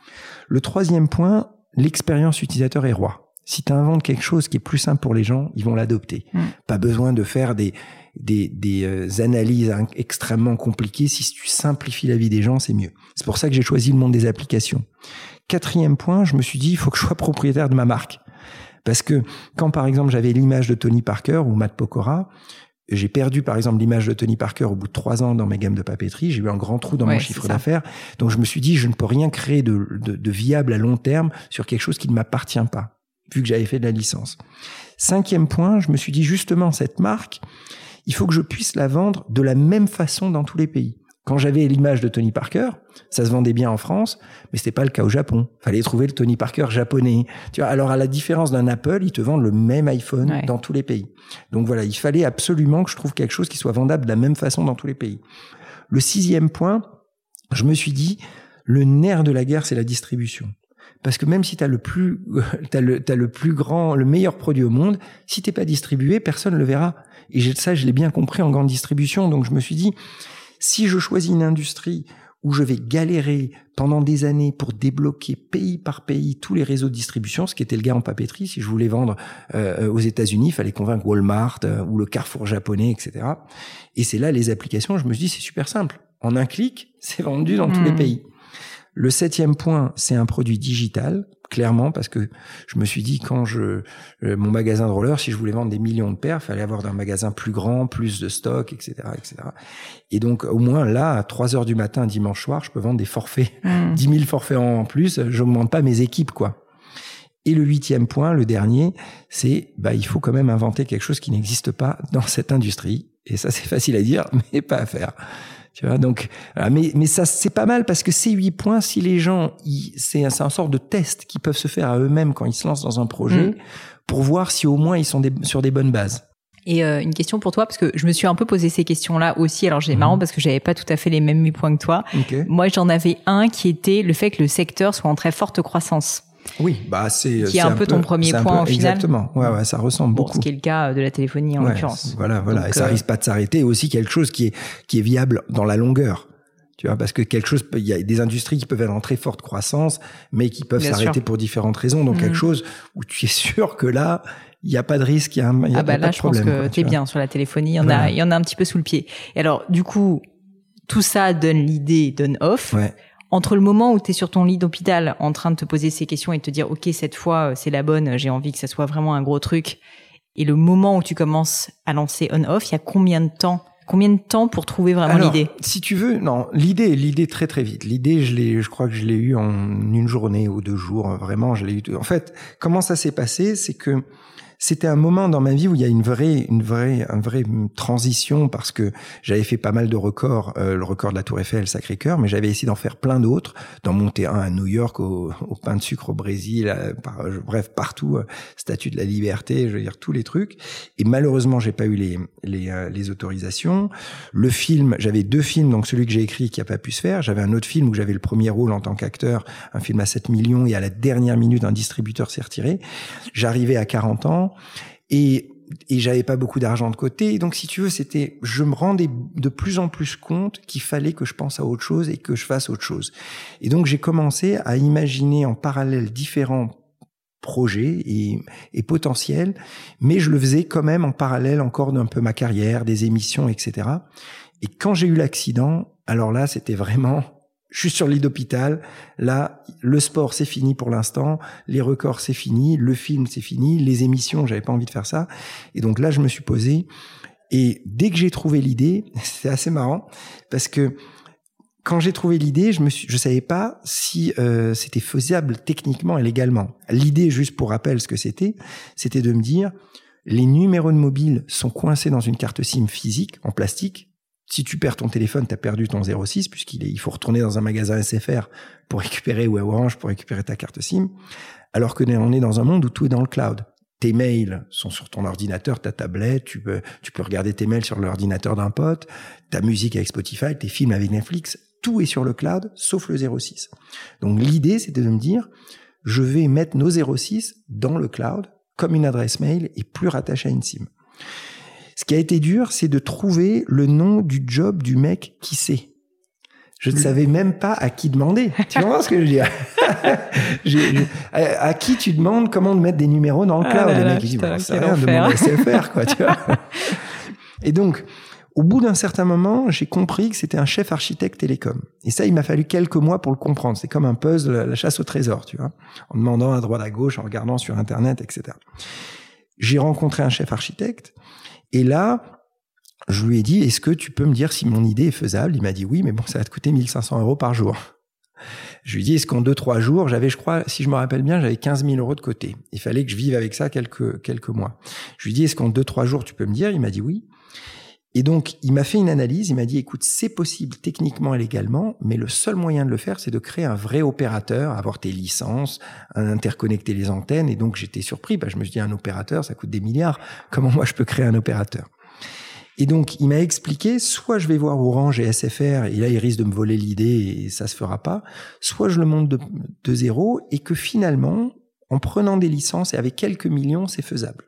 Le troisième point, l'expérience utilisateur est roi. Si tu inventes quelque chose qui est plus simple pour les gens, ils vont l'adopter. Mmh. Pas besoin de faire des, des, des euh, analyses extrêmement compliquées. Si tu simplifies la vie des gens, c'est mieux. C'est pour ça que j'ai choisi le monde des applications. Quatrième point, je me suis dit, il faut que je sois propriétaire de ma marque. Parce que quand, par exemple, j'avais l'image de Tony Parker ou Matt Pokora, j'ai perdu, par exemple, l'image de Tony Parker au bout de trois ans dans mes gammes de papeterie. J'ai eu un grand trou dans ouais, mon chiffre d'affaires. Donc, je me suis dit, je ne peux rien créer de, de, de viable à long terme sur quelque chose qui ne m'appartient pas, vu que j'avais fait de la licence. Cinquième point, je me suis dit, justement, cette marque, il faut que je puisse la vendre de la même façon dans tous les pays. Quand j'avais l'image de Tony Parker, ça se vendait bien en France, mais c'était pas le cas au Japon. Fallait trouver le Tony Parker japonais. Tu vois, alors à la différence d'un Apple, ils te vendent le même iPhone ouais. dans tous les pays. Donc voilà, il fallait absolument que je trouve quelque chose qui soit vendable de la même façon dans tous les pays. Le sixième point, je me suis dit, le nerf de la guerre, c'est la distribution. Parce que même si t'as le plus, t'as le, t'as le plus grand, le meilleur produit au monde, si t'es pas distribué, personne le verra. Et ça, je l'ai bien compris en grande distribution. Donc je me suis dit, si je choisis une industrie où je vais galérer pendant des années pour débloquer pays par pays tous les réseaux de distribution, ce qui était le cas en papeterie, si je voulais vendre euh, aux États-Unis, il fallait convaincre Walmart euh, ou le Carrefour japonais, et cetera. Et c'est là les applications, je me suis dit, c'est super simple. En un clic, c'est vendu dans mmh. tous les pays. Le septième point, c'est un produit digital, clairement, parce que je me suis dit, quand je, euh, mon magasin de roller, si je voulais vendre des millions de paires, il fallait avoir un magasin plus grand, plus de stock, et cetera, et cetera. Et donc, au moins, là, à trois heures du matin, dimanche soir, je peux vendre des forfaits, mmh. dix mille forfaits en plus, j'augmente pas mes équipes, quoi. Et le huitième point, le dernier, c'est, bah, il faut quand même inventer quelque chose qui n'existe pas dans cette industrie. Et ça, c'est facile à dire, mais pas à faire. Tu vois, donc, mais, mais ça, c'est pas mal parce que ces huit points, si les gens, ils, c'est, c'est un sort de test qu'ils peuvent se faire à eux-mêmes quand ils se lancent dans un projet mmh. pour voir si au moins ils sont des, sur des bonnes bases. Et euh, une question pour toi, parce que je me suis un peu posé ces questions-là aussi. Alors, j'ai mmh. marrant parce que j'avais pas tout à fait les mêmes huit points que toi. Okay. Moi, j'en avais un qui était le fait que le secteur soit en très forte croissance. Oui, bah c'est qui est c'est un, un peu ton premier point peu, au final. Exactement. Ouais, ouais, ça ressemble bon, beaucoup. Ce qui est le cas de la téléphonie en ouais, l'occurrence. Voilà, voilà. Donc, et ça euh... risque pas de s'arrêter. Et aussi quelque chose qui est qui est viable dans la longueur. Tu vois, parce que quelque chose, il y a des industries qui peuvent être en très forte croissance, mais qui peuvent Bien s'arrêter sûr. Pour différentes raisons. Donc mmh. quelque chose où tu es sûr que là, il y a pas de risque, il y a, un, il y a ah bah pas là, de problème. Ah bah là, je pense que t'es bien sur la téléphonie. Il y en voilà. a, il y en a un petit peu sous le pied. Et alors, du coup, tout ça donne l'idée, donne off. Ouais. Entre le moment où tu es sur ton lit d'hôpital en train de te poser ces questions et de te dire « Ok, cette fois, c'est la bonne, j'ai envie que ça soit vraiment un gros truc », et le moment où tu commences à lancer on-off, il y a combien de temps Combien de temps pour trouver vraiment Alors, l'idée? Si tu veux, non, l'idée, l'idée très très vite. L'idée, je l'ai, je crois que je l'ai eu en une journée ou deux jours. Vraiment, je l'ai eu. En fait, comment ça s'est passé? C'est que c'était un moment dans ma vie où il y a une vraie, une vraie, une vraie transition parce que j'avais fait pas mal de records, euh, le record de la Tour Eiffel, Sacré-Cœur, mais j'avais essayé d'en faire plein d'autres, d'en monter un à New York, au, au pain de sucre au Brésil, à, par, bref, partout, euh, Statue de la Liberté, je veux dire, tous les trucs. Et malheureusement, j'ai pas eu les, les, euh, les autorisations. Le film, j'avais deux films, donc celui que j'ai écrit qui a pas pu se faire. J'avais un autre film où j'avais le premier rôle en tant qu'acteur, un film à sept millions, et à la dernière minute, un distributeur s'est retiré. J'arrivais à quarante ans. Et, et j'avais pas beaucoup d'argent de côté. Donc, si tu veux, c'était, je me rendais de plus en plus compte qu'il fallait que je pense à autre chose et que je fasse autre chose. Et donc, j'ai commencé à imaginer en parallèle différents projets et, et potentiels, mais je le faisais quand même en parallèle encore d'un peu ma carrière, des émissions, et cetera. Et quand j'ai eu l'accident, alors là, c'était vraiment, je suis sur le lit d'hôpital. Là, le sport, c'est fini pour l'instant. Les records, c'est fini. Le film, c'est fini. Les émissions, j'avais pas envie de faire ça. Et donc là, je me suis posé. Et dès que j'ai trouvé l'idée, c'est assez marrant parce que quand j'ai trouvé l'idée, je me suis, je savais pas si euh, c'était faisable techniquement et légalement. L'idée, juste pour rappel, ce que c'était, c'était de me dire les numéros de mobile sont coincés dans une carte SIM physique en plastique. Si tu perds ton téléphone, tu as perdu ton zéro six puisqu'il est, il faut retourner dans un magasin S F R pour récupérer ou à Orange pour récupérer ta carte SIM. Alors que on est dans un monde où tout est dans le cloud. Tes mails sont sur ton ordinateur, ta tablette, tu peux, tu peux regarder tes mails sur l'ordinateur d'un pote, ta musique avec Spotify, tes films avec Netflix, tout est sur le cloud sauf le zéro six. Donc l'idée, c'était de me dire, je vais mettre nos zéro six dans le cloud comme une adresse mail et plus rattachée à une SIM. Ce qui a été dur, c'est de trouver le nom du job du mec qui sait. Je ne savais même pas à qui demander. Tu vois ce que je veux dire? j'ai, j'ai, à, à qui tu demandes comment de mettre des numéros dans le cloud? Ah là Les là, mecs, ils disent, putain, bon, c'est quel rien, enfer. demande à S F R, quoi, tu vois. Et donc, au bout d'un certain moment, j'ai compris que c'était un chef architecte télécom. Et ça, il m'a fallu quelques mois pour le comprendre. C'est comme un puzzle, la chasse au trésor, tu vois. En demandant à droite à gauche, en regardant sur Internet, et cetera. J'ai rencontré un chef architecte. Et là, je lui ai dit, est-ce que tu peux me dire si mon idée est faisable? Il m'a dit oui, mais bon, ça va te coûter mille cinq cents euros par jour. Je lui ai dit, est-ce qu'en deux, trois jours, j'avais, je crois, si je me rappelle bien, j'avais quinze mille euros de côté. Il fallait que je vive avec ça quelques, quelques mois. Je lui ai dit, est-ce qu'en deux, trois jours, tu peux me dire? Il m'a dit oui. Et donc, il m'a fait une analyse, il m'a dit, écoute, c'est possible techniquement et légalement, mais le seul moyen de le faire, c'est de créer un vrai opérateur, avoir tes licences, interconnecter les antennes. Et donc, j'étais surpris, bah, je me suis dit, un opérateur, ça coûte des milliards. Comment moi, je peux créer un opérateur? Et donc, il m'a expliqué, soit je vais voir Orange et S F R, et là, ils risquent de me voler l'idée et ça se fera pas, soit je le monte de, de zéro, et que finalement, en prenant des licences et avec quelques millions, c'est faisable.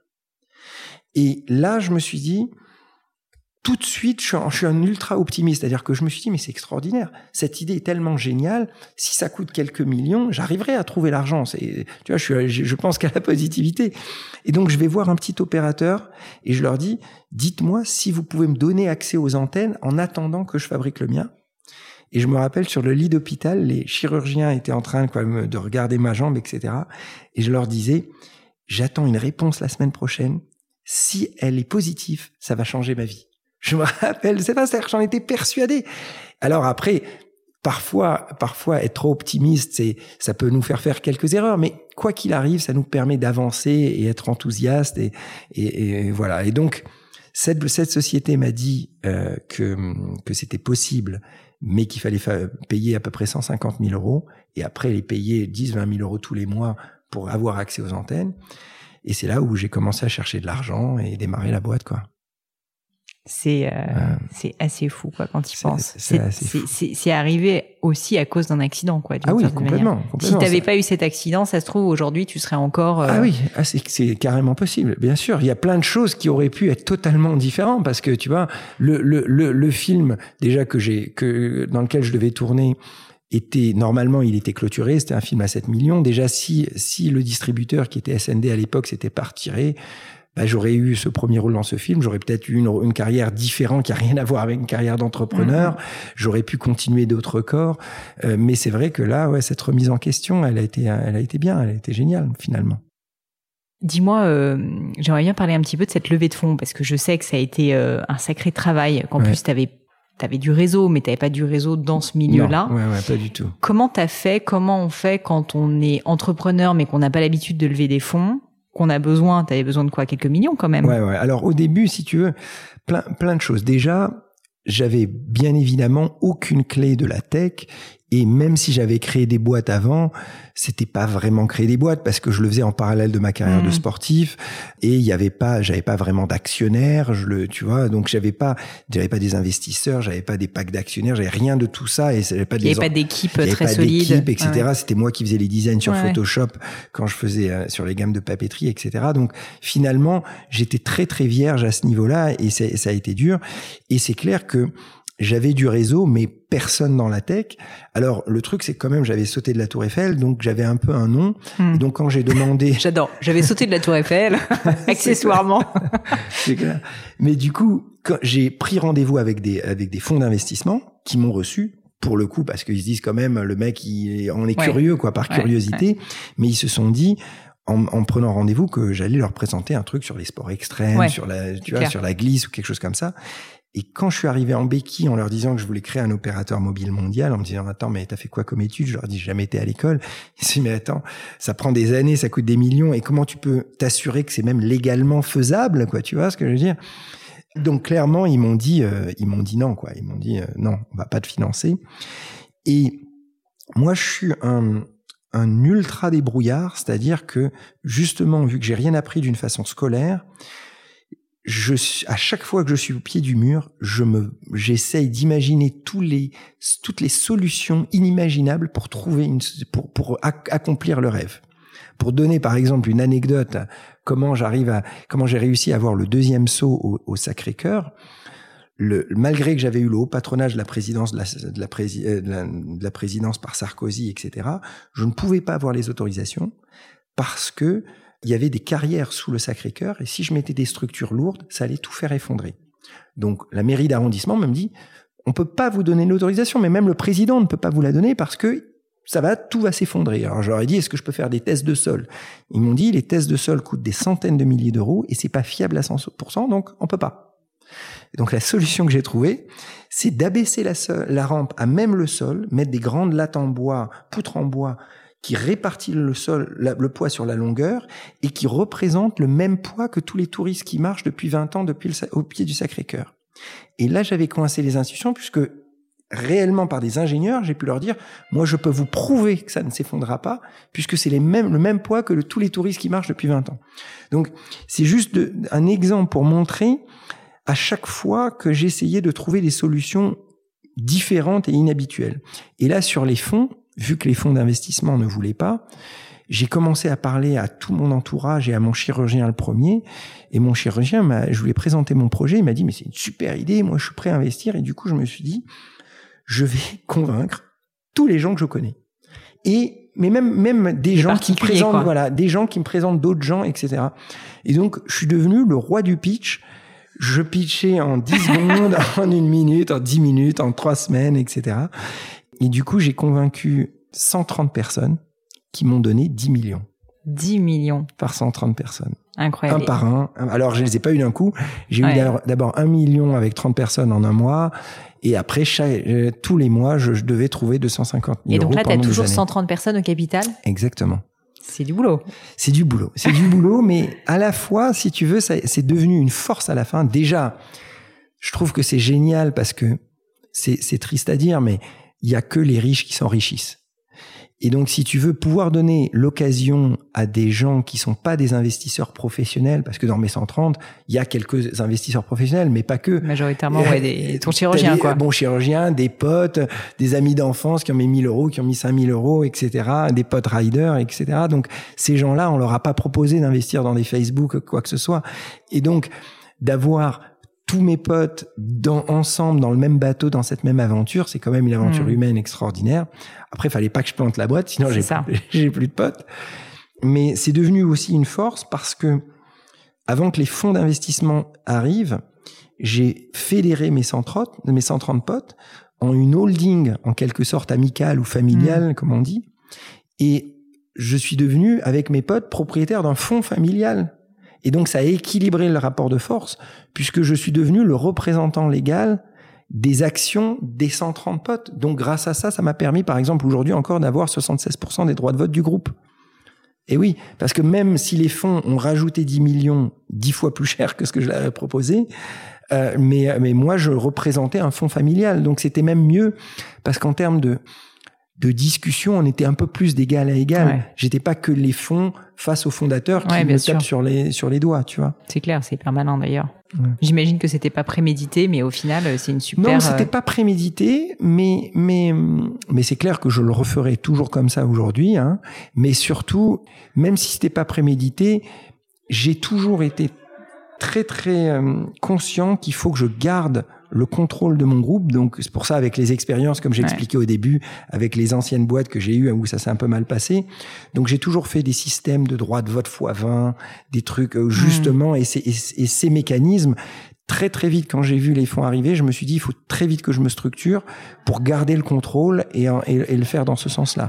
Et là, je me suis dit, tout de suite, je suis, un, je suis un ultra optimiste. C'est-à-dire que je me suis dit, mais c'est extraordinaire. Cette idée est tellement géniale. Si ça coûte quelques millions, j'arriverai à trouver l'argent. C'est, tu vois, je, suis, je pense qu'à la positivité. Et donc, je vais voir un petit opérateur et je leur dis, dites-moi si vous pouvez me donner accès aux antennes en attendant que je fabrique le mien. Et je me rappelle, sur le lit d'hôpital, les chirurgiens étaient en train quoi, de regarder ma jambe, et cetera. Et je leur disais, j'attends une réponse la semaine prochaine. Si elle est positive, ça va changer ma vie. Je me rappelle, c'est pas ça, j'en étais persuadé. Alors après, parfois, parfois être trop optimiste, c'est, ça peut nous faire faire quelques erreurs, mais quoi qu'il arrive, ça nous permet d'avancer et être enthousiaste et, et, et voilà. Et donc, cette, cette société m'a dit euh, que, que c'était possible, mais qu'il fallait fa- payer à peu près cent cinquante mille euros et après les payer dix, vingt mille euros tous les mois pour avoir accès aux antennes. Et c'est là où j'ai commencé à chercher de l'argent et démarrer la boîte, quoi. C'est, euh, euh, c'est assez fou, quoi, quand tu y penses. C'est, c'est, c'est, c'est, c'est arrivé aussi à cause d'un accident, quoi. Ah oui, complètement, complètement. Si t'avais pas eu cet accident, ça se trouve, aujourd'hui, tu serais encore... Euh... Ah oui, ah, c'est, c'est carrément possible, bien sûr. Il y a plein de choses qui auraient pu être totalement différentes parce que, tu vois, le, le, le, le film, déjà que j'ai, que, dans lequel je devais tourner, était, normalement, il était clôturé. C'était un film à sept millions. Déjà, si, si le distributeur qui était S N D à l'époque s'était pas retiré, bah, j'aurais eu ce premier rôle dans ce film, j'aurais peut-être eu une, une carrière différente qui a rien à voir avec une carrière d'entrepreneur, mmh. J'aurais pu continuer d'autres corps, euh, mais c'est vrai que là, ouais, cette remise en question, elle a été, elle a été bien, elle a été géniale, finalement. Dis-moi, euh, j'aimerais bien parler un petit peu de cette levée de fonds, parce que je sais que ça a été euh, un sacré travail, qu'en ouais. plus t'avais, t'avais du réseau, mais t'avais pas du réseau dans ce milieu-là. Non, ouais, ouais, pas du tout. Comment t'as fait, comment on fait quand on est entrepreneur, mais qu'on n'a pas l'habitude de lever des fonds? Qu'on a besoin, t'avais besoin de quoi? Quelques millions quand même. Ouais, ouais. Alors au début, si tu veux, plein, plein de choses. Déjà, j'avais bien évidemment aucune clé de la tech. Et même si j'avais créé des boîtes avant, c'était pas vraiment créer des boîtes parce que je le faisais en parallèle de ma carrière mmh. de sportif et il y avait pas, j'avais pas vraiment d'actionnaires, je le, tu vois, donc j'avais pas, j'avais pas des investisseurs, j'avais pas des packs d'actionnaires, j'avais rien de tout ça et j'avais pas des. Il y avait pas d'équipe très pas solide, d'équipe, et cetera. Ouais. C'était moi qui faisais les designs sur ouais. Photoshop quand je faisais euh, sur les gammes de papeterie, et cetera. Donc finalement, j'étais très très vierge à ce niveau-là et ça a été dur. Et c'est clair que j'avais du réseau, mais personne dans la tech. Alors, le truc, c'est que quand même, j'avais sauté de la Tour Eiffel, donc j'avais un peu un nom. Mmh. Et donc, quand j'ai demandé... J'adore. J'avais sauté de la Tour Eiffel, accessoirement. C'est clair. Mais du coup, quand j'ai pris rendez-vous avec des, avec des fonds d'investissement qui m'ont reçu, pour le coup, parce qu'ils se disent quand même, le mec, il on est ouais. curieux, quoi, par ouais. curiosité. Ouais. Mais ils se sont dit... En, en prenant rendez-vous que j'allais leur présenter un truc sur les sports extrêmes, ouais, sur la, tu vois, clair. sur la glisse ou quelque chose comme ça. Et quand je suis arrivé en béquille en leur disant que je voulais créer un opérateur mobile mondial, en me disant, attends, mais t'as fait quoi comme étude? Je leur ai dit, j'ai jamais été à l'école. Ils se disent, mais attends, ça prend des années, ça coûte des millions. Et comment tu peux t'assurer que c'est même légalement faisable, quoi? Tu vois ce que je veux dire? Donc, clairement, ils m'ont dit, euh, ils m'ont dit non, quoi. Ils m'ont dit, euh, non, on va pas te financer. Et moi, je suis un, un ultra débrouillard, c'est-à-dire que justement, vu que j'ai rien appris d'une façon scolaire, je, à chaque fois que je suis au pied du mur, je me, j'essaye d'imaginer tous les, toutes les solutions inimaginables pour trouver une, pour, pour accomplir le rêve. Pour donner par exemple une anecdote, comment j'arrive à, comment j'ai réussi à avoir le deuxième saut au, au Sacré-Cœur. Le, malgré que j'avais eu le haut patronage de la présidence de la, de la, prési, de la, de la présidence par Sarkozy, et cetera, je ne pouvais pas avoir les autorisations parce que il y avait des carrières sous le Sacré-Cœur et si je mettais des structures lourdes, ça allait tout faire effondrer. Donc la mairie d'arrondissement me dit, on peut pas vous donner l'autorisation, mais même le président ne peut pas vous la donner parce que ça va, tout va s'effondrer. Alors je leur ai dit, est-ce que je peux faire des tests de sol? Ils m'ont dit, les tests de sol coûtent des centaines de milliers d'euros et c'est pas fiable à cent pour cent, donc on peut pas. Et donc la solution que j'ai trouvée, c'est d'abaisser la, sol, la rampe à même le sol, mettre des grandes lattes en bois, poutres en bois, qui répartit le sol, la, le poids sur la longueur et qui représente le même poids que tous les touristes qui marchent depuis vingt ans depuis le, au pied du Sacré-Cœur. Et là, j'avais coincé les institutions puisque réellement par des ingénieurs, j'ai pu leur dire, moi, je peux vous prouver que ça ne s'effondrera pas puisque c'est les mêmes, le même poids que le, tous les touristes qui marchent depuis vingt ans. Donc, c'est juste de, un exemple pour montrer à chaque fois que j'essayais de trouver des solutions différentes et inhabituelles. Et là, sur les fonds, vu que les fonds d'investissement ne voulaient pas, j'ai commencé à parler à tout mon entourage et à mon chirurgien le premier. Et mon chirurgien, m'a, je lui ai présenté mon projet. Il m'a dit, mais c'est une super idée. Moi, je suis prêt à investir. Et du coup, je me suis dit, je vais convaincre tous les gens que je connais. Et, mais même, même des gens qui me présentent, quoi. Voilà, des gens qui me présentent d'autres gens, et cetera. Et donc, je suis devenu le roi du pitch. Je pitchais en dix secondes, en une minute, en dix minutes, en trois semaines, et cetera. Et du coup, j'ai convaincu cent trente personnes qui m'ont donné dix millions. dix millions. Par cent trente personnes. Incroyable. Un par un. Alors, je ne les ai pas eu d'un coup. J'ai ouais. eu d'abord un million avec trente personnes en un mois. Et après, chaque, tous les mois, je, je devais trouver deux cent cinquante mille euros. Et donc là, tu as toujours cent trente personnes au capital? Exactement. C'est du boulot. C'est du boulot. C'est du boulot, mais à la fois, si tu veux, ça, c'est devenu une force à la fin. Déjà, je trouve que c'est génial parce que c'est, c'est triste à dire, mais il y a que les riches qui s'enrichissent. Et donc, si tu veux pouvoir donner l'occasion à des gens qui sont pas des investisseurs professionnels, parce que dans mes cent trente, il y a quelques investisseurs professionnels, mais pas que. Majoritairement, ouais, des, ton chirurgien, des, quoi. Bon chirurgien, des potes, des amis d'enfance qui ont mis mille euros, qui ont mis cinq mille euros, et cetera, des potes riders, et cetera. Donc, ces gens-là, on leur a pas proposé d'investir dans des Facebook, quoi que ce soit. Et donc, d'avoir tous mes potes dans, ensemble dans le même bateau, dans cette même aventure, c'est quand même une aventure mmh. humaine extraordinaire. Après, il fallait pas que je plante la boîte, sinon j'ai plus, j'ai plus de potes. Mais c'est devenu aussi une force parce que avant que les fonds d'investissement arrivent, j'ai fédéré mes cent trente, mes cent trente potes en une holding, en quelque sorte amicale ou familiale, mmh. comme on dit. Et je suis devenu, avec mes potes, propriétaire d'un fonds familial. Et donc, ça a équilibré le rapport de force, puisque je suis devenu le représentant légal des actions des cent trente potes. Donc, grâce à ça, ça m'a permis, par exemple, aujourd'hui encore, d'avoir soixante-seize pour cent des droits de vote du groupe. Et oui, parce que même si les fonds ont rajouté dix millions, dix fois plus cher que ce que je l'avais proposé, euh, mais, mais moi, je représentais un fonds familial. Donc, c'était même mieux, parce qu'en termes de... de discussion, on était un peu plus d'égal à égal. Ouais. J'étais pas que les fonds face aux fondateurs qui ouais, me tapent sur les, sur les doigts, tu vois. C'est clair, c'est permanent d'ailleurs. Ouais. J'imagine que c'était pas prémédité, mais au final, c'est une super... Non, c'était pas prémédité, mais, mais, mais c'est clair que je le referai toujours comme ça aujourd'hui, hein. Mais surtout, même si c'était pas prémédité, j'ai toujours été très, très euh, conscient qu'il faut que je garde le contrôle de mon groupe. Donc, c'est pour ça, avec les expériences, comme j'ai ouais. expliqué au début, avec les anciennes boîtes que j'ai eues, où ça s'est un peu mal passé. Donc, j'ai toujours fait des systèmes de droit de vote fois vingt, des trucs, justement, mmh. et, ces, et, et ces mécanismes, très, très vite, quand j'ai vu les fonds arriver, je me suis dit, il faut très vite que je me structure pour garder le contrôle et, et, et le faire dans ce sens-là.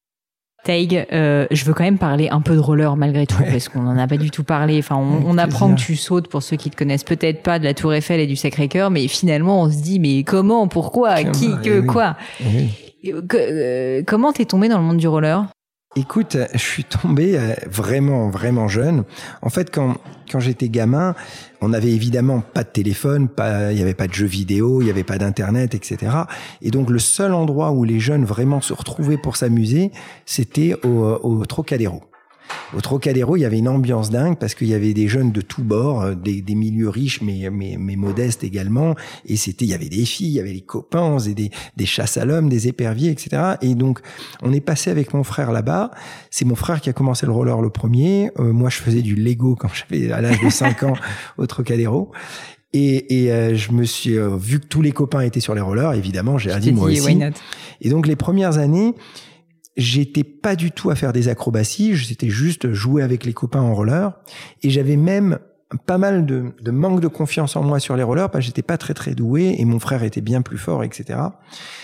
Taïg, euh, je veux quand même parler un peu de roller malgré tout, ouais. parce qu'on n'en a pas du tout parlé. Enfin, on, on apprend que tu sautes, pour ceux qui te connaissent peut-être pas, de la Tour Eiffel et du Sacré-Cœur, mais finalement, on se dit, mais comment, pourquoi, Tiens, qui, bah, que, oui. quoi oui. Que, euh, Comment t'es tombé dans le monde du roller ? Écoute, je suis tombé vraiment, vraiment jeune. En fait, quand quand j'étais gamin, on n'avait évidemment pas de téléphone, pas, il y avait pas de jeux vidéo, il y avait pas d'internet, et cetera. Et donc, le seul endroit où les jeunes vraiment se retrouvaient pour s'amuser, c'était au, au Trocadéro. Au Trocadéro, il y avait une ambiance dingue parce qu'il y avait des jeunes de tous bords, des, des milieux riches mais, mais, mais modestes également. Et c'était, il y avait des filles, il y avait des copains, on faisait des, des chasses à l'homme, des éperviers, et cetera. Et donc, on est passé avec mon frère là-bas. C'est mon frère qui a commencé le roller le premier. Euh, moi, je faisais du Lego quand j'avais à l'âge de cinq ans au Trocadéro. Et, et euh, je me suis euh, vu que tous les copains étaient sur les rollers, évidemment, j'ai dit moi dit, aussi. Why not? Et donc les premières années, j'étais pas du tout à faire des acrobaties, c'était juste jouer avec les copains en roller. Et j'avais même pas mal de, de manque de confiance en moi sur les rollers, parce que j'étais pas très très doué et mon frère était bien plus fort, et cetera.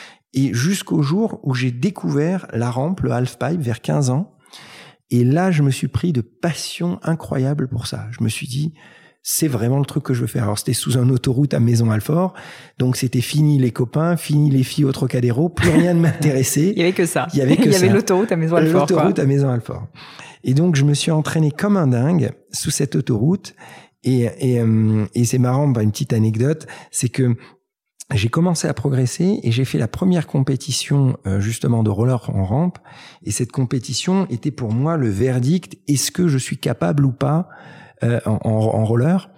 Et jusqu'au jour où j'ai découvert la rampe, le halfpipe, vers quinze ans. Et là, je me suis pris de passion incroyable pour ça. Je me suis dit, c'est vraiment le truc que je veux faire. Alors, c'était sous un autoroute à Maison-Alfort. Donc, c'était fini les copains, fini les filles au Trocadéro. Plus rien ne m'intéressait. Il y avait que ça. Il y avait que Il y ça. avait l'autoroute à Maison-Alfort. L'autoroute quoi. à Maison-Alfort. Et donc, je me suis entraîné comme un dingue sous cette autoroute. Et, et, euh, et c'est marrant, bah, une petite anecdote, c'est que j'ai commencé à progresser et j'ai fait la première compétition euh, justement de roller en rampe. Et cette compétition était pour moi le verdict. Est-ce que je suis capable ou pas euh, en, en, en roller?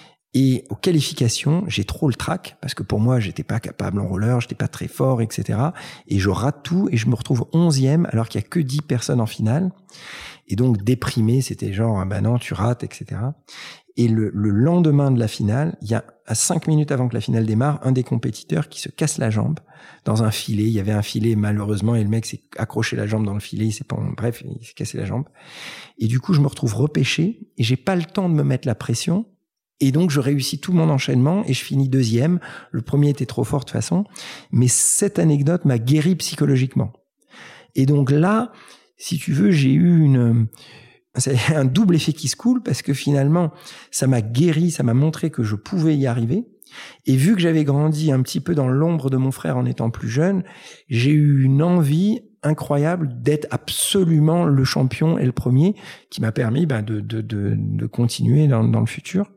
Et aux qualifications, j'ai trop le trac parce que pour moi, j'étais pas capable en roller, j'étais pas très fort, et cetera. Et je rate tout et je me retrouve onzième alors qu'il y a que dix personnes en finale. Et donc déprimé, c'était genre, bah non, tu rates, et cetera. Et le, le lendemain de la finale, il y a à cinq minutes avant que la finale démarre, un des compétiteurs qui se casse la jambe dans un filet. Il y avait un filet malheureusement et le mec s'est accroché la jambe dans le filet. Il s'est pas, bref, il s'est cassé la jambe. Et du coup, je me retrouve repêché et j'ai pas le temps de me mettre la pression. Et donc, je réussis tout mon enchaînement et je finis deuxième. Le premier était trop fort de toute façon. Mais cette anecdote m'a guéri psychologiquement. Et donc là, si tu veux, j'ai eu une... C'est un double effet qui se coule parce que finalement, ça m'a guéri, ça m'a montré que je pouvais y arriver. Et vu que j'avais grandi un petit peu dans l'ombre de mon frère en étant plus jeune, j'ai eu une envie incroyable d'être absolument le champion et le premier qui m'a permis ben, de, de, de, de continuer dans, dans le futur.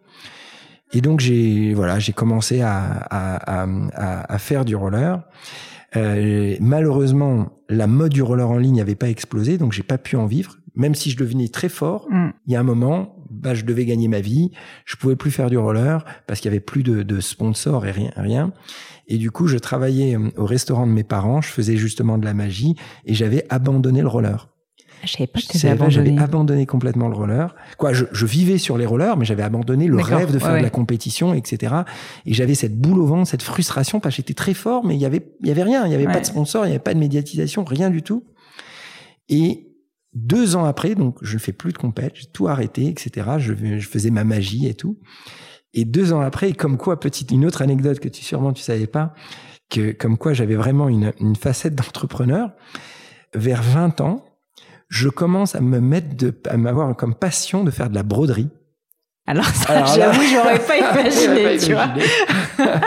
Et donc, j'ai, voilà, j'ai commencé à, à, à, à faire du roller. Euh, malheureusement, la mode du roller en ligne n'avait pas explosé, donc j'ai pas pu en vivre. Même si je devenais très fort, mm. il y a un moment, bah, je devais gagner ma vie. Je pouvais plus faire du roller parce qu'il y avait plus de, de sponsors et rien, rien. Et du coup, je travaillais au restaurant de mes parents. Je faisais justement de la magie et j'avais abandonné le roller. Je savais pas que tu avais abandonné. J'avais abandonné complètement le roller. Quoi, je, je vivais sur les rollers, mais j'avais abandonné le D'accord. rêve de faire ouais, de ouais. la compétition, et cetera. Et j'avais cette boule au ventre, cette frustration parce que j'étais très fort, mais il y avait, il y avait rien. Il y avait ouais. pas de sponsor, il y avait pas de médiatisation, rien du tout. Et deux ans après, donc je ne fais plus de compète, j'ai tout arrêté, et cetera. Je, je faisais ma magie et tout. Et deux ans après, comme quoi, petite, une autre anecdote que tu sûrement tu savais pas, que comme quoi j'avais vraiment une, une facette d'entrepreneur. Vers vingt ans, je commence à me mettre de, à m'avoir comme passion de faire de la broderie. Alors ça, Alors là, j'avoue, j'aurais pas imaginé, pas tu imaginé. vois.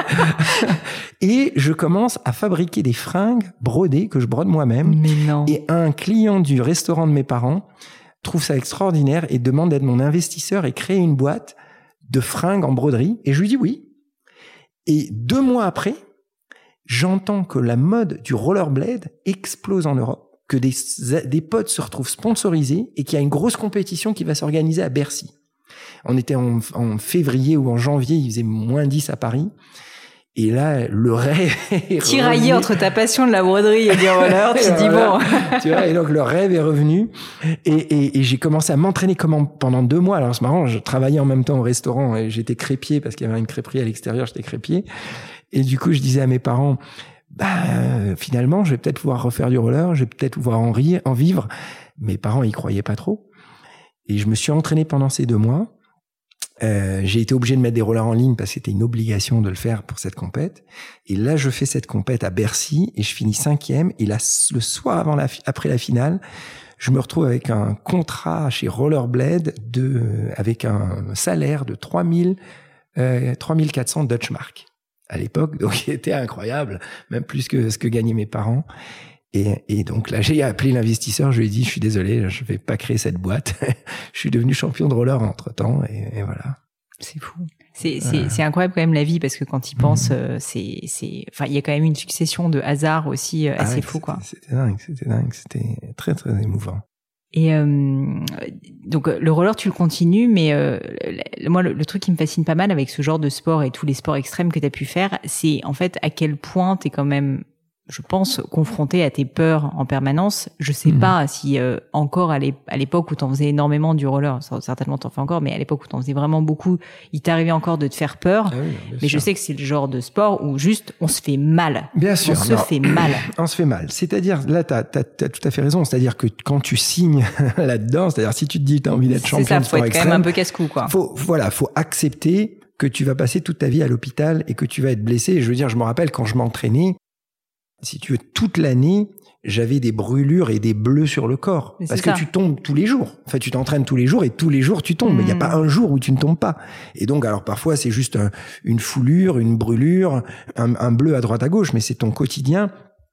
Et je commence à fabriquer des fringues brodées que je brode moi-même. Mais non. Et un client du restaurant de mes parents trouve ça extraordinaire et demande d'être mon investisseur et créer une boîte de fringues en broderie. Et je lui dis oui. Et deux mois après, j'entends que la mode du rollerblade explose en Europe, que des, des potes se retrouvent sponsorisés et qu'il y a une grosse compétition qui va s'organiser à Bercy. On était en, en février ou en janvier, il faisait moins dix à Paris. Et là, le rêve est tiraillé entre ta passion de la broderie et du roller, tu te dis bon. Tu vois, et donc le rêve est revenu. Et, et, et j'ai commencé à m'entraîner comme pendant deux mois. Alors c'est marrant, je travaillais en même temps au restaurant et j'étais crépier parce qu'il y avait une crêperie à l'extérieur, j'étais crépier. Et du coup, je disais à mes parents, bah euh, finalement, je vais peut-être pouvoir refaire du roller, je vais peut-être pouvoir en rire, en vivre. Mes parents, ils croyaient pas trop. Et je me suis entraîné pendant ces deux mois. Euh, j'ai été obligé de mettre des rollers en ligne parce que c'était une obligation de le faire pour cette compète. Et là, je fais cette compète à Bercy et je finis cinquième. Et là, le soir avant la, après la finale, je me retrouve avec un contrat chez Rollerblade de, avec un salaire de trois mille, euh, trois mille quatre cents Dutch Mark à l'époque. Donc, c'était incroyable, même plus que ce que gagnaient mes parents. Et, et donc là, j'ai appelé l'investisseur, je lui ai dit, je suis désolé, je vais pas créer cette boîte. Je suis devenu champion de roller entre-temps, et, et voilà. C'est fou. C'est, c'est, euh... c'est incroyable quand même la vie, parce que quand il pense, mmh. euh, c'est, c'est, enfin, il y a quand même une succession de hasards aussi euh, assez ah ouais, fou, quoi. C'était dingue, c'était dingue, c'était très, très émouvant. Et euh, donc le roller, tu le continues, mais euh, moi, le, le truc qui me fascine pas mal avec ce genre de sport et tous les sports extrêmes que tu as pu faire, c'est en fait à quel point t'es quand même je pense, confronté à tes peurs en permanence. Je sais mmh. pas si euh, encore à l'époque où t'en faisais énormément du roller, certainement t'en fais encore, mais à l'époque où t'en faisais vraiment beaucoup, il t'arrivait encore de te faire peur. Ah oui, mais sûr. Je sais que c'est le genre de sport où juste on se fait mal. Bien sûr. On se non, fait mal. On se fait mal. C'est-à-dire, là, t'as, t'as, t'as tout à fait raison. C'est-à-dire que quand tu signes là-dedans, c'est-à-dire si tu te dis t'as envie d'être champion ça, de sport extrême, c'est ça, faut être quand même un peu casse-cou, quoi. Faut, voilà, faut accepter que tu vas passer toute ta vie à l'hôpital et que tu vas être blessé. Je veux dire, je me rappelle quand je m'entraînais, si tu veux, toute l'année, j'avais des brûlures et des bleus sur le corps. Mais parce que ça. Tu tombes tous les jours. Enfin, tu t'entraînes tous les jours et tous les jours tu tombes. Il mmh. n'y a pas un jour où tu ne tombes pas. Et donc, alors parfois, c'est juste un, une foulure, une brûlure, un, un bleu à droite à gauche, mais c'est ton quotidien.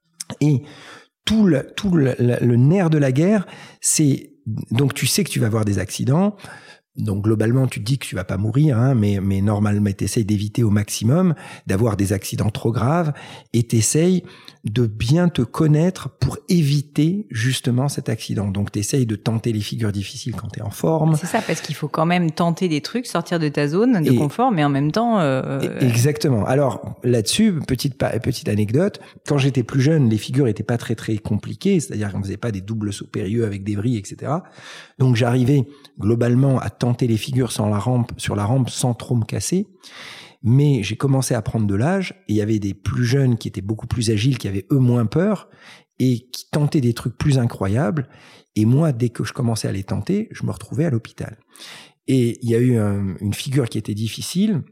Et tout le, tout le, le, le nerf de la guerre, c'est, donc tu sais que tu vas avoir des accidents. Donc globalement, tu te dis que tu vas pas mourir, hein, mais mais normalement, t'essayes d'éviter au maximum d'avoir des accidents trop graves et t'essayes de bien te connaître pour éviter justement cet accident. Donc t'essayes de tenter les figures difficiles quand t'es en forme. C'est ça, parce qu'il faut quand même tenter des trucs, sortir de ta zone de et, confort, mais en même temps. Euh... Exactement. Alors là-dessus, petite petite anecdote, quand j'étais plus jeune, les figures étaient pas très très compliquées, c'est-à-dire qu'on faisait pas des doubles sauts périlleux avec des vrilles, et cetera. Donc j'arrivais globalement à tenter les figures sans la rampe, sur la rampe sans trop me casser. Mais j'ai commencé à prendre de l'âge et il y avait des plus jeunes qui étaient beaucoup plus agiles, qui avaient eux moins peur et qui tentaient des trucs plus incroyables. Et moi, dès que je commençais à les tenter, je me retrouvais à l'hôpital. Et il y a eu un, une figure qui était difficile.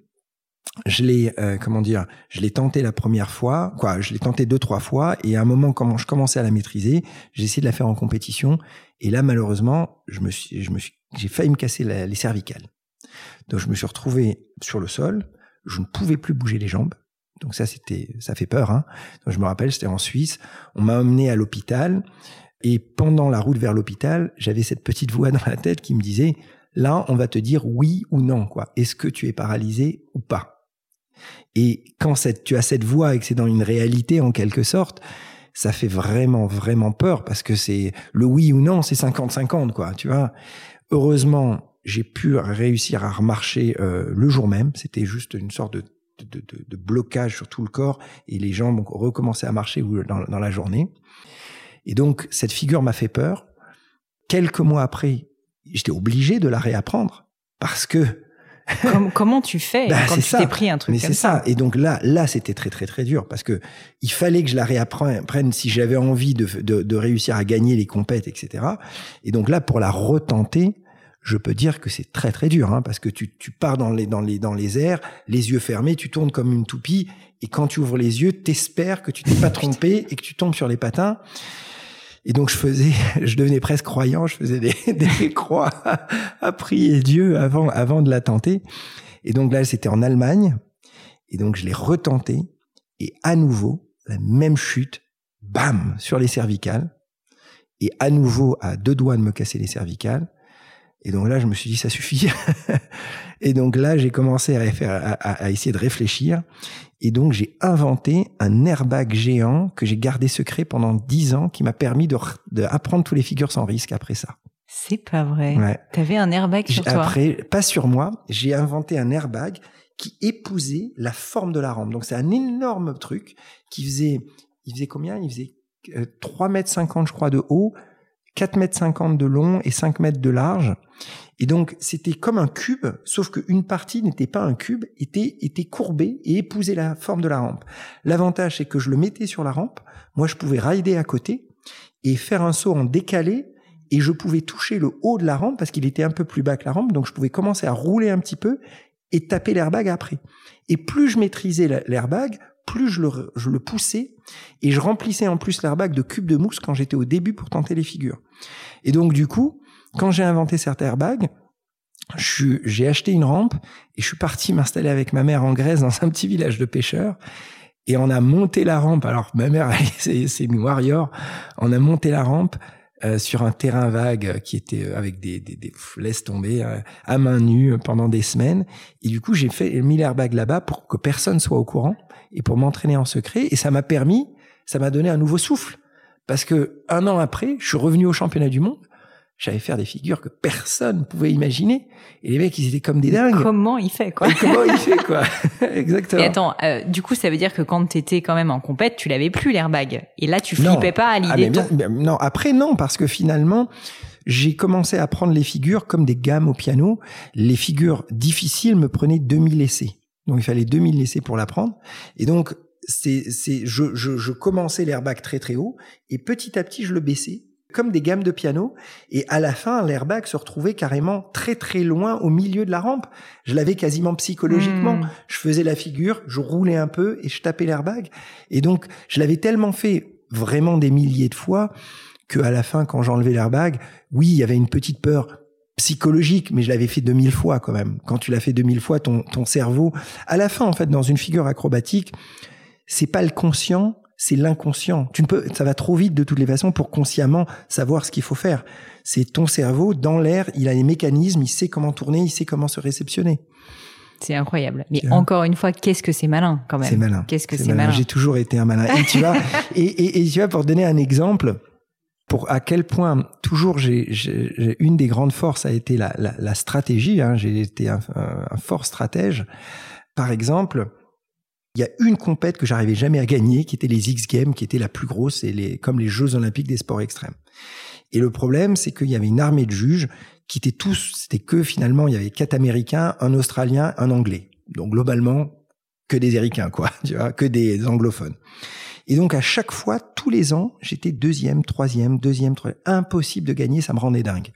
Je l'ai, euh, comment dire, je l'ai tenté la première fois, quoi, je l'ai tenté deux, trois fois, et à un moment, quand je commençais à la maîtriser, j'ai essayé de la faire en compétition, et là, malheureusement, je me suis, je me suis, j'ai failli me casser la, les cervicales. Donc, je me suis retrouvé sur le sol, je ne pouvais plus bouger les jambes, donc ça, c'était, ça fait peur, hein. Donc, je me rappelle, c'était en Suisse, on m'a emmené à l'hôpital, et pendant la route vers l'hôpital, j'avais cette petite voix dans la tête qui me disait, là, on va te dire oui ou non, quoi. Est-ce que tu es paralysé ou pas? Et quand cette, tu as cette voix et que c'est dans une réalité en quelque sorte, ça fait vraiment, vraiment peur parce que c'est le oui ou non, c'est cinquante cinquante, quoi, tu vois. Heureusement, j'ai pu réussir à remarcher euh, le jour même. C'était juste une sorte de, de, de, de blocage sur tout le corps et les jambes ont recommencé à marcher dans, dans la journée. Et donc, cette figure m'a fait peur. Quelques mois après, j'étais obligé de la réapprendre parce que Comme, comment tu fais bah, quand tu ça. t'es pris un truc Mais comme c'est ça, ça. Et donc là, là, c'était très très très dur parce que il fallait que je la réapprenne si j'avais envie de, de, de réussir à gagner les compètes, et cetera. Et donc là, pour la retenter, je peux dire que c'est très très dur, hein, parce que tu, tu pars dans les dans les dans les airs, les yeux fermés, tu tournes comme une toupie, et quand tu ouvres les yeux, t'espères que tu t'es pas trompé et que tu tombes sur les patins. Et donc je faisais, je devenais presque croyant, je faisais des, des croix à, à prier Dieu avant, avant de la tenter. Et donc là, c'était en Allemagne. Et donc je l'ai retenté. Et à nouveau, la même chute, bam, sur les cervicales. Et à nouveau, à deux doigts de me casser les cervicales. Et donc là, je me suis dit, ça suffit. Et donc là, j'ai commencé à, faire, à, à essayer de réfléchir. Et donc, j'ai inventé un airbag géant que j'ai gardé secret pendant dix ans, qui m'a permis de, de apprendre tous les figures sans risque après ça. C'est pas vrai. Ouais. T'avais un airbag sur toi. Après, pas sur moi, j'ai inventé un airbag qui épousait la forme de la rampe. Donc, c'est un énorme truc qui faisait, il faisait combien? Il faisait euh, trois mètres cinquante, je crois, de haut, quatre mètres cinquante de long et cinq mètres de large. Et donc, c'était comme un cube, sauf qu'une partie n'était pas un cube, était, était courbée et épousait la forme de la rampe. L'avantage, c'est que je le mettais sur la rampe, moi, je pouvais rider à côté et faire un saut en décalé, et je pouvais toucher le haut de la rampe parce qu'il était un peu plus bas que la rampe, donc je pouvais commencer à rouler un petit peu et taper l'airbag après. Et plus je maîtrisais l'airbag, plus je le, je le poussais, et je remplissais en plus l'airbag de cubes de mousse quand j'étais au début pour tenter les figures. Et donc, du coup, quand j'ai inventé cet airbag, je suis, j'ai acheté une rampe et je suis parti m'installer avec ma mère en Grèce dans un petit village de pêcheurs. Et on a monté la rampe. Alors, ma mère, c'est, c'est une warrior. On a monté la rampe euh, sur un terrain vague qui était avec des, des, des laisse tomber euh, à main nue pendant des semaines. Et du coup, j'ai fait mis l'airbag là-bas pour que personne soit au courant et pour m'entraîner en secret. Et ça m'a permis, ça m'a donné un nouveau souffle. Parce que un an après, je suis revenu au championnat du monde. j'allais faire des figures que personne pouvait imaginer. Et les mecs, ils étaient comme des dingues. Comment il fait, quoi? Et comment il fait, quoi? Exactement. Et attends, euh, du coup, ça veut dire que quand t'étais quand même en compète, tu l'avais plus l'airbag. Et là, tu flippais non. pas à l'idée ah, mais de bien, ton... bien, non, après, non, parce que finalement, j'ai commencé à prendre les figures comme des gammes au piano. Les figures difficiles me prenaient deux mille essais. Donc, il fallait deux mille essais pour l'apprendre. Et donc, c'est, c'est, je, je, je commençais l'airbag très, très haut. Et petit à petit, je le baissais, comme des gammes de piano. Et à la fin, l'airbag se retrouvait carrément très, très loin au milieu de la rampe. Je l'avais quasiment psychologiquement. Mmh. Je faisais la figure, je roulais un peu et je tapais l'airbag. Et donc, je l'avais tellement fait vraiment des milliers de fois que à la fin, quand j'enlevais l'airbag, oui, il y avait une petite peur psychologique, mais je l'avais fait deux mille fois quand même. Quand tu l'as fait deux mille fois, ton, ton cerveau, à la fin, en fait, dans une figure acrobatique, c'est pas le conscient, c'est l'inconscient. Tu ne peux, ça va trop vite de toutes les façons pour consciemment savoir ce qu'il faut faire. C'est ton cerveau, dans l'air, il a les mécanismes, il sait comment tourner, il sait comment se réceptionner. C'est incroyable. Mais encore une fois, qu'est-ce que c'est malin, quand même. C'est malin. Qu'est-ce que c'est, c'est malin. malin. J'ai toujours été un malin. Et tu vois, et, et, et tu vois, pour donner un exemple, pour à quel point toujours j'ai, j'ai, j'ai une des grandes forces a été la, la, la stratégie. Hein, j'ai été un, un, un fort stratège. Par exemple, il y a une compète que j'arrivais jamais à gagner, qui était les X Games, qui était la plus grosse, et les, comme les Jeux Olympiques des sports extrêmes. Et le problème, c'est qu'il y avait une armée de juges qui étaient tous, c'était que finalement, il y avait quatre Américains, un Australien, un Anglais. Donc globalement, que des Américains, quoi, tu vois, que des anglophones. Et donc à chaque fois, tous les ans, j'étais deuxième, troisième, deuxième, troisième. Impossible de gagner, ça me rendait dingue.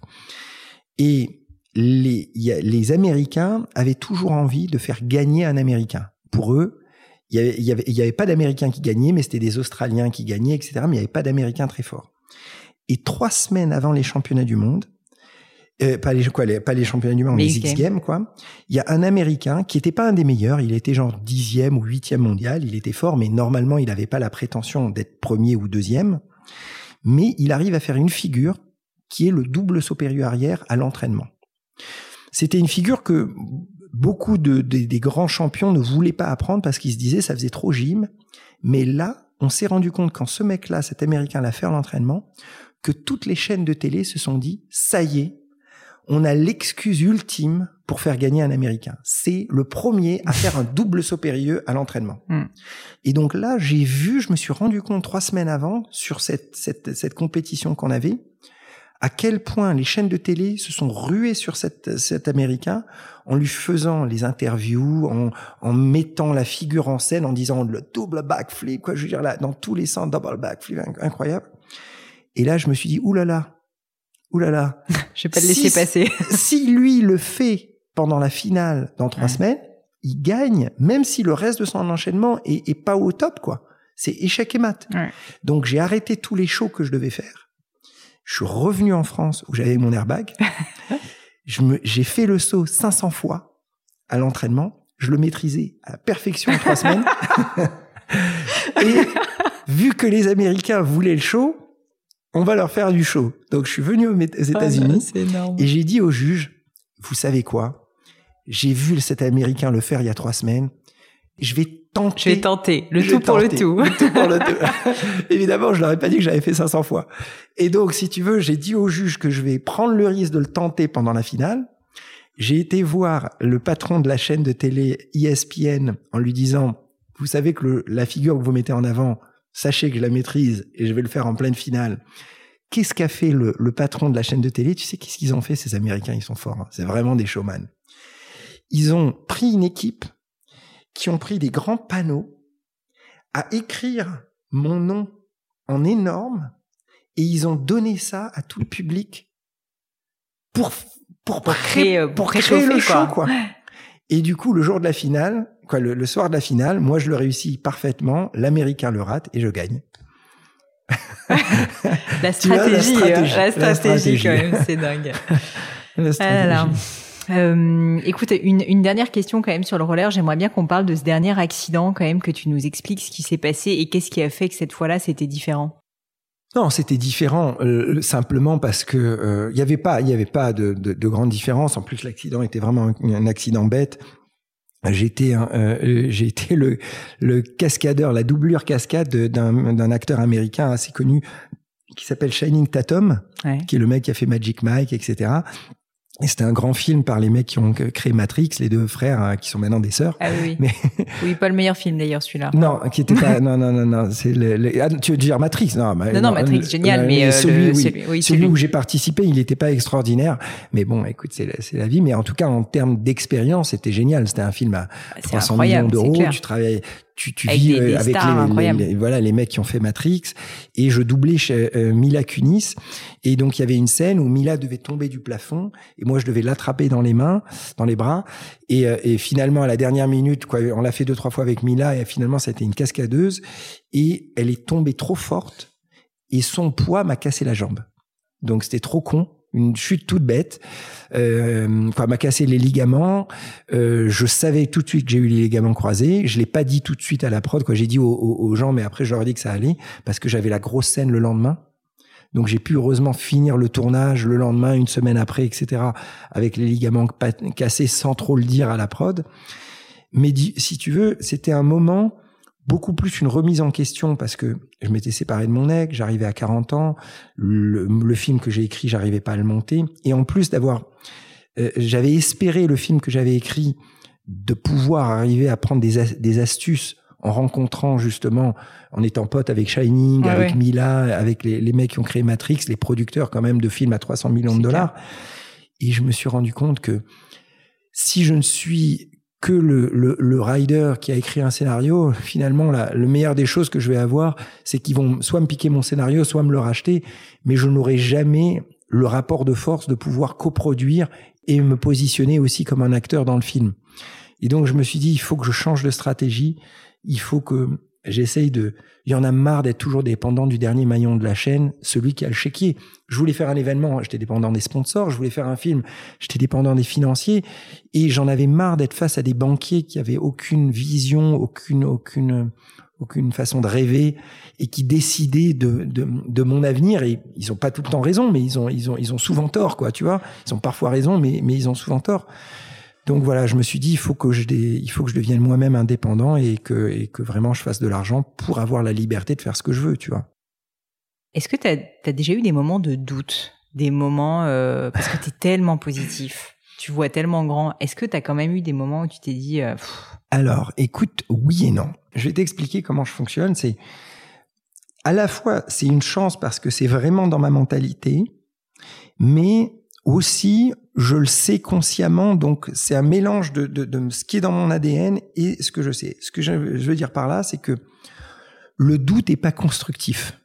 Et les, y a, les Américains avaient toujours envie de faire gagner un Américain. Pour eux, il y avait, il y avait, il y avait pas d'Américains qui gagnaient, mais c'était des Australiens qui gagnaient, et cetera. Mais il y avait pas d'Américains très forts. Et trois semaines avant les championnats du monde, euh, pas les quoi, les, pas les championnats du monde, les, les X Games, quoi. Il y a un Américain qui était pas un des meilleurs. Il était genre dixième ou huitième mondial. Il était fort, mais normalement, il avait pas la prétention d'être premier ou deuxième. Mais il arrive à faire une figure qui est le double saut périlleux arrière à l'entraînement. C'était une figure que beaucoup de, de, des grands champions ne voulaient pas apprendre parce qu'ils se disaient ça faisait trop gym. Mais là, on s'est rendu compte quand ce mec-là, cet Américain, l'a fait à l'entraînement, que toutes les chaînes de télé se sont dit ça y est, on a l'excuse ultime pour faire gagner un Américain. C'est le premier à faire un double saut périlleux à l'entraînement. Mm. Et donc là, j'ai vu, je me suis rendu compte trois semaines avant sur cette cette cette compétition qu'on avait, à quel point les chaînes de télé se sont ruées sur cette, cet Américain en lui faisant les interviews, en, en mettant la figure en scène, en disant le double backflip, quoi, je veux dire là, dans tous les sens, double backflip, incroyable. Et là, je me suis dit, oulala, oulala. Je vais pas le laisser si, passer. Si lui le fait pendant la finale dans trois ouais. semaines, il gagne, même si le reste de son enchaînement est, est pas au top, quoi. C'est échec et mat. Ouais. Donc, j'ai arrêté tous les shows que je devais faire. Je suis revenu en France où j'avais mon airbag. je me, j'ai fait le saut cinq cents fois à l'entraînement. Je le maîtrisais à la perfection en trois semaines. Et vu que les Américains voulaient le show, on va leur faire du show. Donc, je suis venu aux États-Unis oh non, et j'ai dit au juge, vous savez quoi? J'ai vu cet Américain le faire il y a trois semaines. Je vais tenter. Je vais tenter. Le tout pour le tout. Le tout pour le tout. Évidemment, je leur ai pas dit que j'avais fait cinq cents fois. Et donc, si tu veux, j'ai dit au juge que je vais prendre le risque de le tenter pendant la finale. J'ai été voir le patron de la chaîne de télé E S P N en lui disant, vous savez que le, la figure que vous mettez en avant, sachez que je la maîtrise et je vais le faire en pleine finale. Qu'est-ce qu'a fait le, le patron de la chaîne de télé? Tu sais qu'est-ce qu'ils ont fait, ces Américains? Ils sont forts. Hein. C'est vraiment des showman. Ils ont pris une équipe qui ont pris des grands panneaux à écrire mon nom en énorme et ils ont donné ça à tout le public pour, pour, pour créer, pour, pour créer le show, quoi. quoi. Et du coup, le jour de la finale, quoi, le, le soir de la finale, moi, je le réussis parfaitement, l'Américain le rate et je gagne. la, stratégie, vois, la stratégie, hein, la stratégie, la stratégie quand même, c'est dingue. La stratégie. Alors, euh, écoute, une, une dernière question quand même sur le roller. J'aimerais bien qu'on parle de ce dernier accident quand même, que tu nous expliques ce qui s'est passé et qu'est-ce qui a fait que cette fois-là, c'était différent. Non, c'était différent euh, simplement parce que euh, il y avait pas, il y avait pas de, de, de grande différence. En plus, l'accident était vraiment un, un accident bête. J'étais, euh, j'ai été le, le cascadeur, la doublure cascade d'un, d'un acteur américain assez connu. qui s'appelle Shining Tatum, ouais. qui est le mec qui a fait Magic Mike, et cetera. Et c'était un grand film par les mecs qui ont créé Matrix, les deux frères hein, qui sont maintenant des sœurs. Ah oui. Mais oui, pas le meilleur film d'ailleurs celui-là. Non, qui était pas. non, non, non, non. C'est le, le... Ah, tu veux dire Matrix? Non, bah, non, non, Matrix, le, génial, le, mais euh, celui, le, oui, celui, oui, celui celui où j'ai participé, il n'était pas extraordinaire. Mais bon, écoute, c'est la, c'est la vie. Mais en tout cas, en termes d'expérience, c'était génial. C'était un film à trois cents millions d'euros. Tu travaillais. Tu, tu avec vis des, des avec les, les, les, voilà, les mecs qui ont fait Matrix. Et je doublais chez euh, Mila Kunis. Et donc, il y avait une scène où Mila devait tomber du plafond. Et moi, je devais l'attraper dans les mains, dans les bras. Et, euh, et finalement, à la dernière minute, quoi, on l'a fait deux, trois fois avec Mila. Et finalement, ça a été une cascadeuse. Et elle est tombée trop forte. Et son poids m'a cassé la jambe. Donc, c'était trop con. Une chute toute bête, euh, quoi, m'a cassé les ligaments. Euh, je savais tout de suite que j'ai eu les ligaments croisés. Je l'ai pas dit tout de suite à la prod, quoi. J'ai dit aux, aux, aux gens, mais après je leur ai dit que ça allait parce que j'avais la grosse scène le lendemain. Donc j'ai pu heureusement finir le tournage le lendemain, une semaine après, et cetera, avec les ligaments cassés sans trop le dire à la prod. Mais si tu veux, c'était un moment beaucoup plus une remise en question parce que je m'étais séparé de mon ex, j'arrivais à quarante ans, le, le film que j'ai écrit, j'arrivais pas à le monter. Et en plus d'avoir, euh, j'avais espéré le film que j'avais écrit de pouvoir arriver à prendre des, des astuces en rencontrant justement, en étant pote avec Shining, ouais, avec ouais. Mila, avec les, les mecs qui ont créé Matrix, les producteurs quand même de films à trois cents millions de dollars. Et je me suis rendu compte que si je ne suis que le, le, le rider qui a écrit un scénario, finalement, la, le meilleur des choses que je vais avoir, c'est qu'ils vont soit me piquer mon scénario, soit me le racheter, mais je n'aurai jamais le rapport de force de pouvoir coproduire et me positionner aussi comme un acteur dans le film. Et donc, je me suis dit, il faut que je change de stratégie, il faut que j'essaye de... Il y en a marre d'être toujours dépendant du dernier maillon de la chaîne, celui qui a le chéquier. Je voulais faire un événement, j'étais dépendant des sponsors. Je voulais faire un film, j'étais dépendant des financiers. Et j'en avais marre d'être face à des banquiers qui avaient aucune vision, aucune, aucune, aucune façon de rêver et qui décidaient de, de, de mon avenir. Et ils ont pas tout le temps raison, mais ils ont, ils ont, ils ont souvent tort, quoi, tu vois. Ils ont parfois raison, mais, mais ils ont souvent tort. Donc voilà, je me suis dit, il faut que je, dé... il faut que je devienne moi-même indépendant et que, et que vraiment je fasse de l'argent pour avoir la liberté de faire ce que je veux, tu vois. Est-ce que tu as déjà eu des moments de doute, des moments, euh, parce que tu es tellement positif, tu vois tellement grand, est-ce que tu as quand même eu des moments où tu t'es dit... Euh, Alors, écoute, oui et non. Je vais t'expliquer comment je fonctionne. C'est à la fois, c'est une chance parce que c'est vraiment dans ma mentalité, mais aussi... je le sais consciemment, donc c'est un mélange de, de, de ce qui est dans mon A D N et ce que je sais. Ce que je veux dire par là, c'est que le doute n'est pas constructif.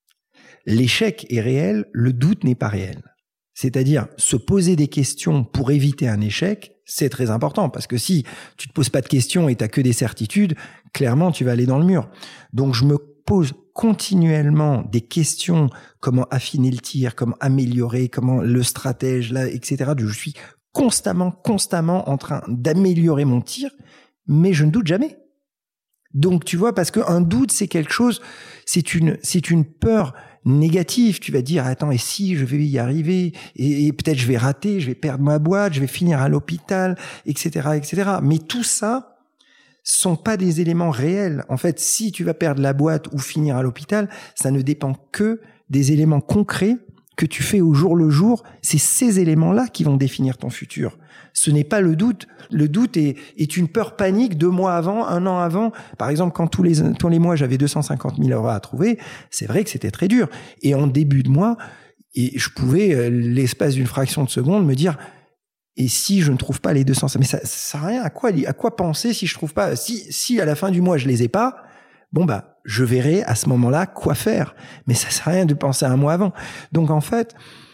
L'échec est réel, le doute n'est pas réel. C'est-à-dire, se poser des questions pour éviter un échec, c'est très important, parce que si tu te poses pas de questions et tu n'as que des certitudes, clairement, tu vas aller dans le mur. Donc, je me pose continuellement des questions, comment affiner le tir, comment améliorer, comment le stratège, là, et cetera. Je suis constamment, constamment en train d'améliorer mon tir, mais je ne doute jamais. Donc, tu vois, parce qu'un doute, c'est quelque chose, c'est une, c'est une peur négative. Tu vas dire, attends, et si je vais y arriver, et, et peut-être je vais rater, je vais perdre ma boîte, je vais finir à l'hôpital, et cetera, et cetera. Mais tout ça, sont pas des éléments réels. En fait, si tu vas perdre la boîte ou finir à l'hôpital, ça ne dépend que des éléments concrets que tu fais au jour le jour. C'est ces éléments-là qui vont définir ton futur. Ce n'est pas le doute. Le doute est, est une peur panique deux mois avant, un an avant. Par exemple, quand tous les, tous les mois, j'avais deux cent cinquante mille euros à trouver, c'est vrai que c'était très dur. Et en début de mois, et je pouvais, l'espace d'une fraction de seconde, me dire... Et si je ne trouve pas les deux cents, mais ça, ça sert à rien. À quoi, à quoi penser si je trouve pas, si, si à la fin du mois je les ai pas, bon bah, je verrai à ce moment-là quoi faire. Mais ça sert à rien de penser à un mois avant. Donc en fait,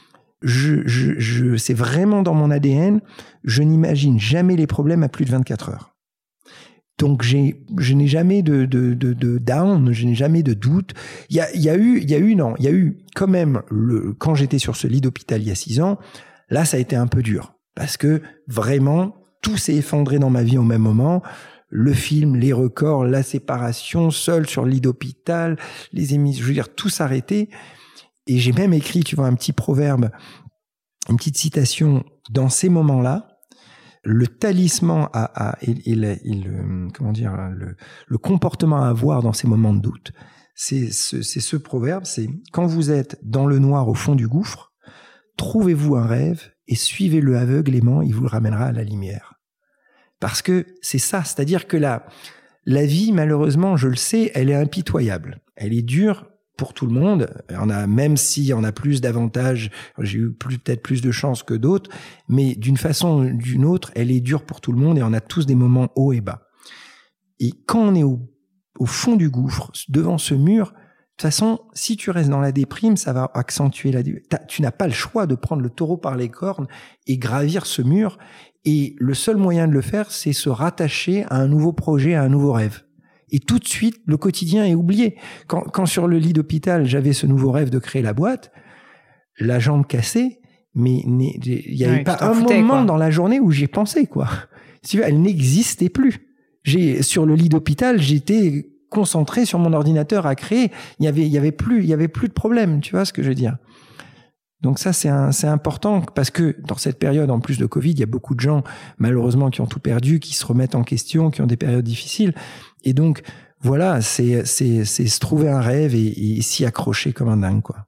je, je, je, c'est vraiment dans mon A D N. Je n'imagine jamais les problèmes à plus de vingt-quatre heures. Donc j'ai, je n'ai jamais de, de, de, de down, je n'ai jamais de doute. Il y a, il y a eu, il y a eu, non, il y a eu quand même le, quand j'étais sur ce lit d'hôpital il y a six ans, là ça a été un peu dur. Parce que vraiment, tout s'est effondré dans ma vie au même moment. Le film, les records, la séparation, seul sur le lit d'hôpital, les émissions, je veux dire, tout s'arrêtait. Et j'ai même écrit, tu vois, un petit proverbe, une petite citation dans ces moments-là. Le talisman à, à et, et, le, et le, comment dire, le, le comportement à avoir dans ces moments de doute, c'est ce, c'est ce proverbe, c'est quand vous êtes dans le noir au fond du gouffre, trouvez-vous un rêve et suivez-le aveuglément, il vous le ramènera à la lumière. Parce que c'est ça, c'est-à-dire que la, la vie, malheureusement, je le sais, elle est impitoyable. Elle est dure pour tout le monde. On a, même si on a plus d'avantages, j'ai eu plus, peut-être plus de chance que d'autres, mais d'une façon ou d'une autre, elle est dure pour tout le monde et on a tous des moments hauts et bas. Et quand on est au, au fond du gouffre, devant ce mur, de toute façon, si tu restes dans la déprime, ça va accentuer la déprime. Tu n'as pas le choix de prendre le taureau par les cornes et gravir ce mur. Et le seul moyen de le faire, c'est se rattacher à un nouveau projet, à un nouveau rêve. Et tout de suite, le quotidien est oublié. Quand, quand sur le lit d'hôpital, j'avais ce nouveau rêve de créer la boîte, la jambe cassée, mais il n'y avait ouais, pas un foutais, moment quoi. Dans la journée où j'y pensé, quoi. Si elle n'existait plus. J'ai, sur le lit d'hôpital, j'étais concentré sur mon ordinateur à créer. Il y avait, il y avait plus, il y avait plus de problème. Tu vois ce que je veux dire? Donc ça, c'est, un, c'est important parce que dans cette période, en plus de Covid, il y a beaucoup de gens, malheureusement, qui ont tout perdu, qui se remettent en question, qui ont des périodes difficiles. Et donc, voilà, c'est, c'est, c'est se trouver un rêve et, et s'y accrocher comme un dingue, quoi.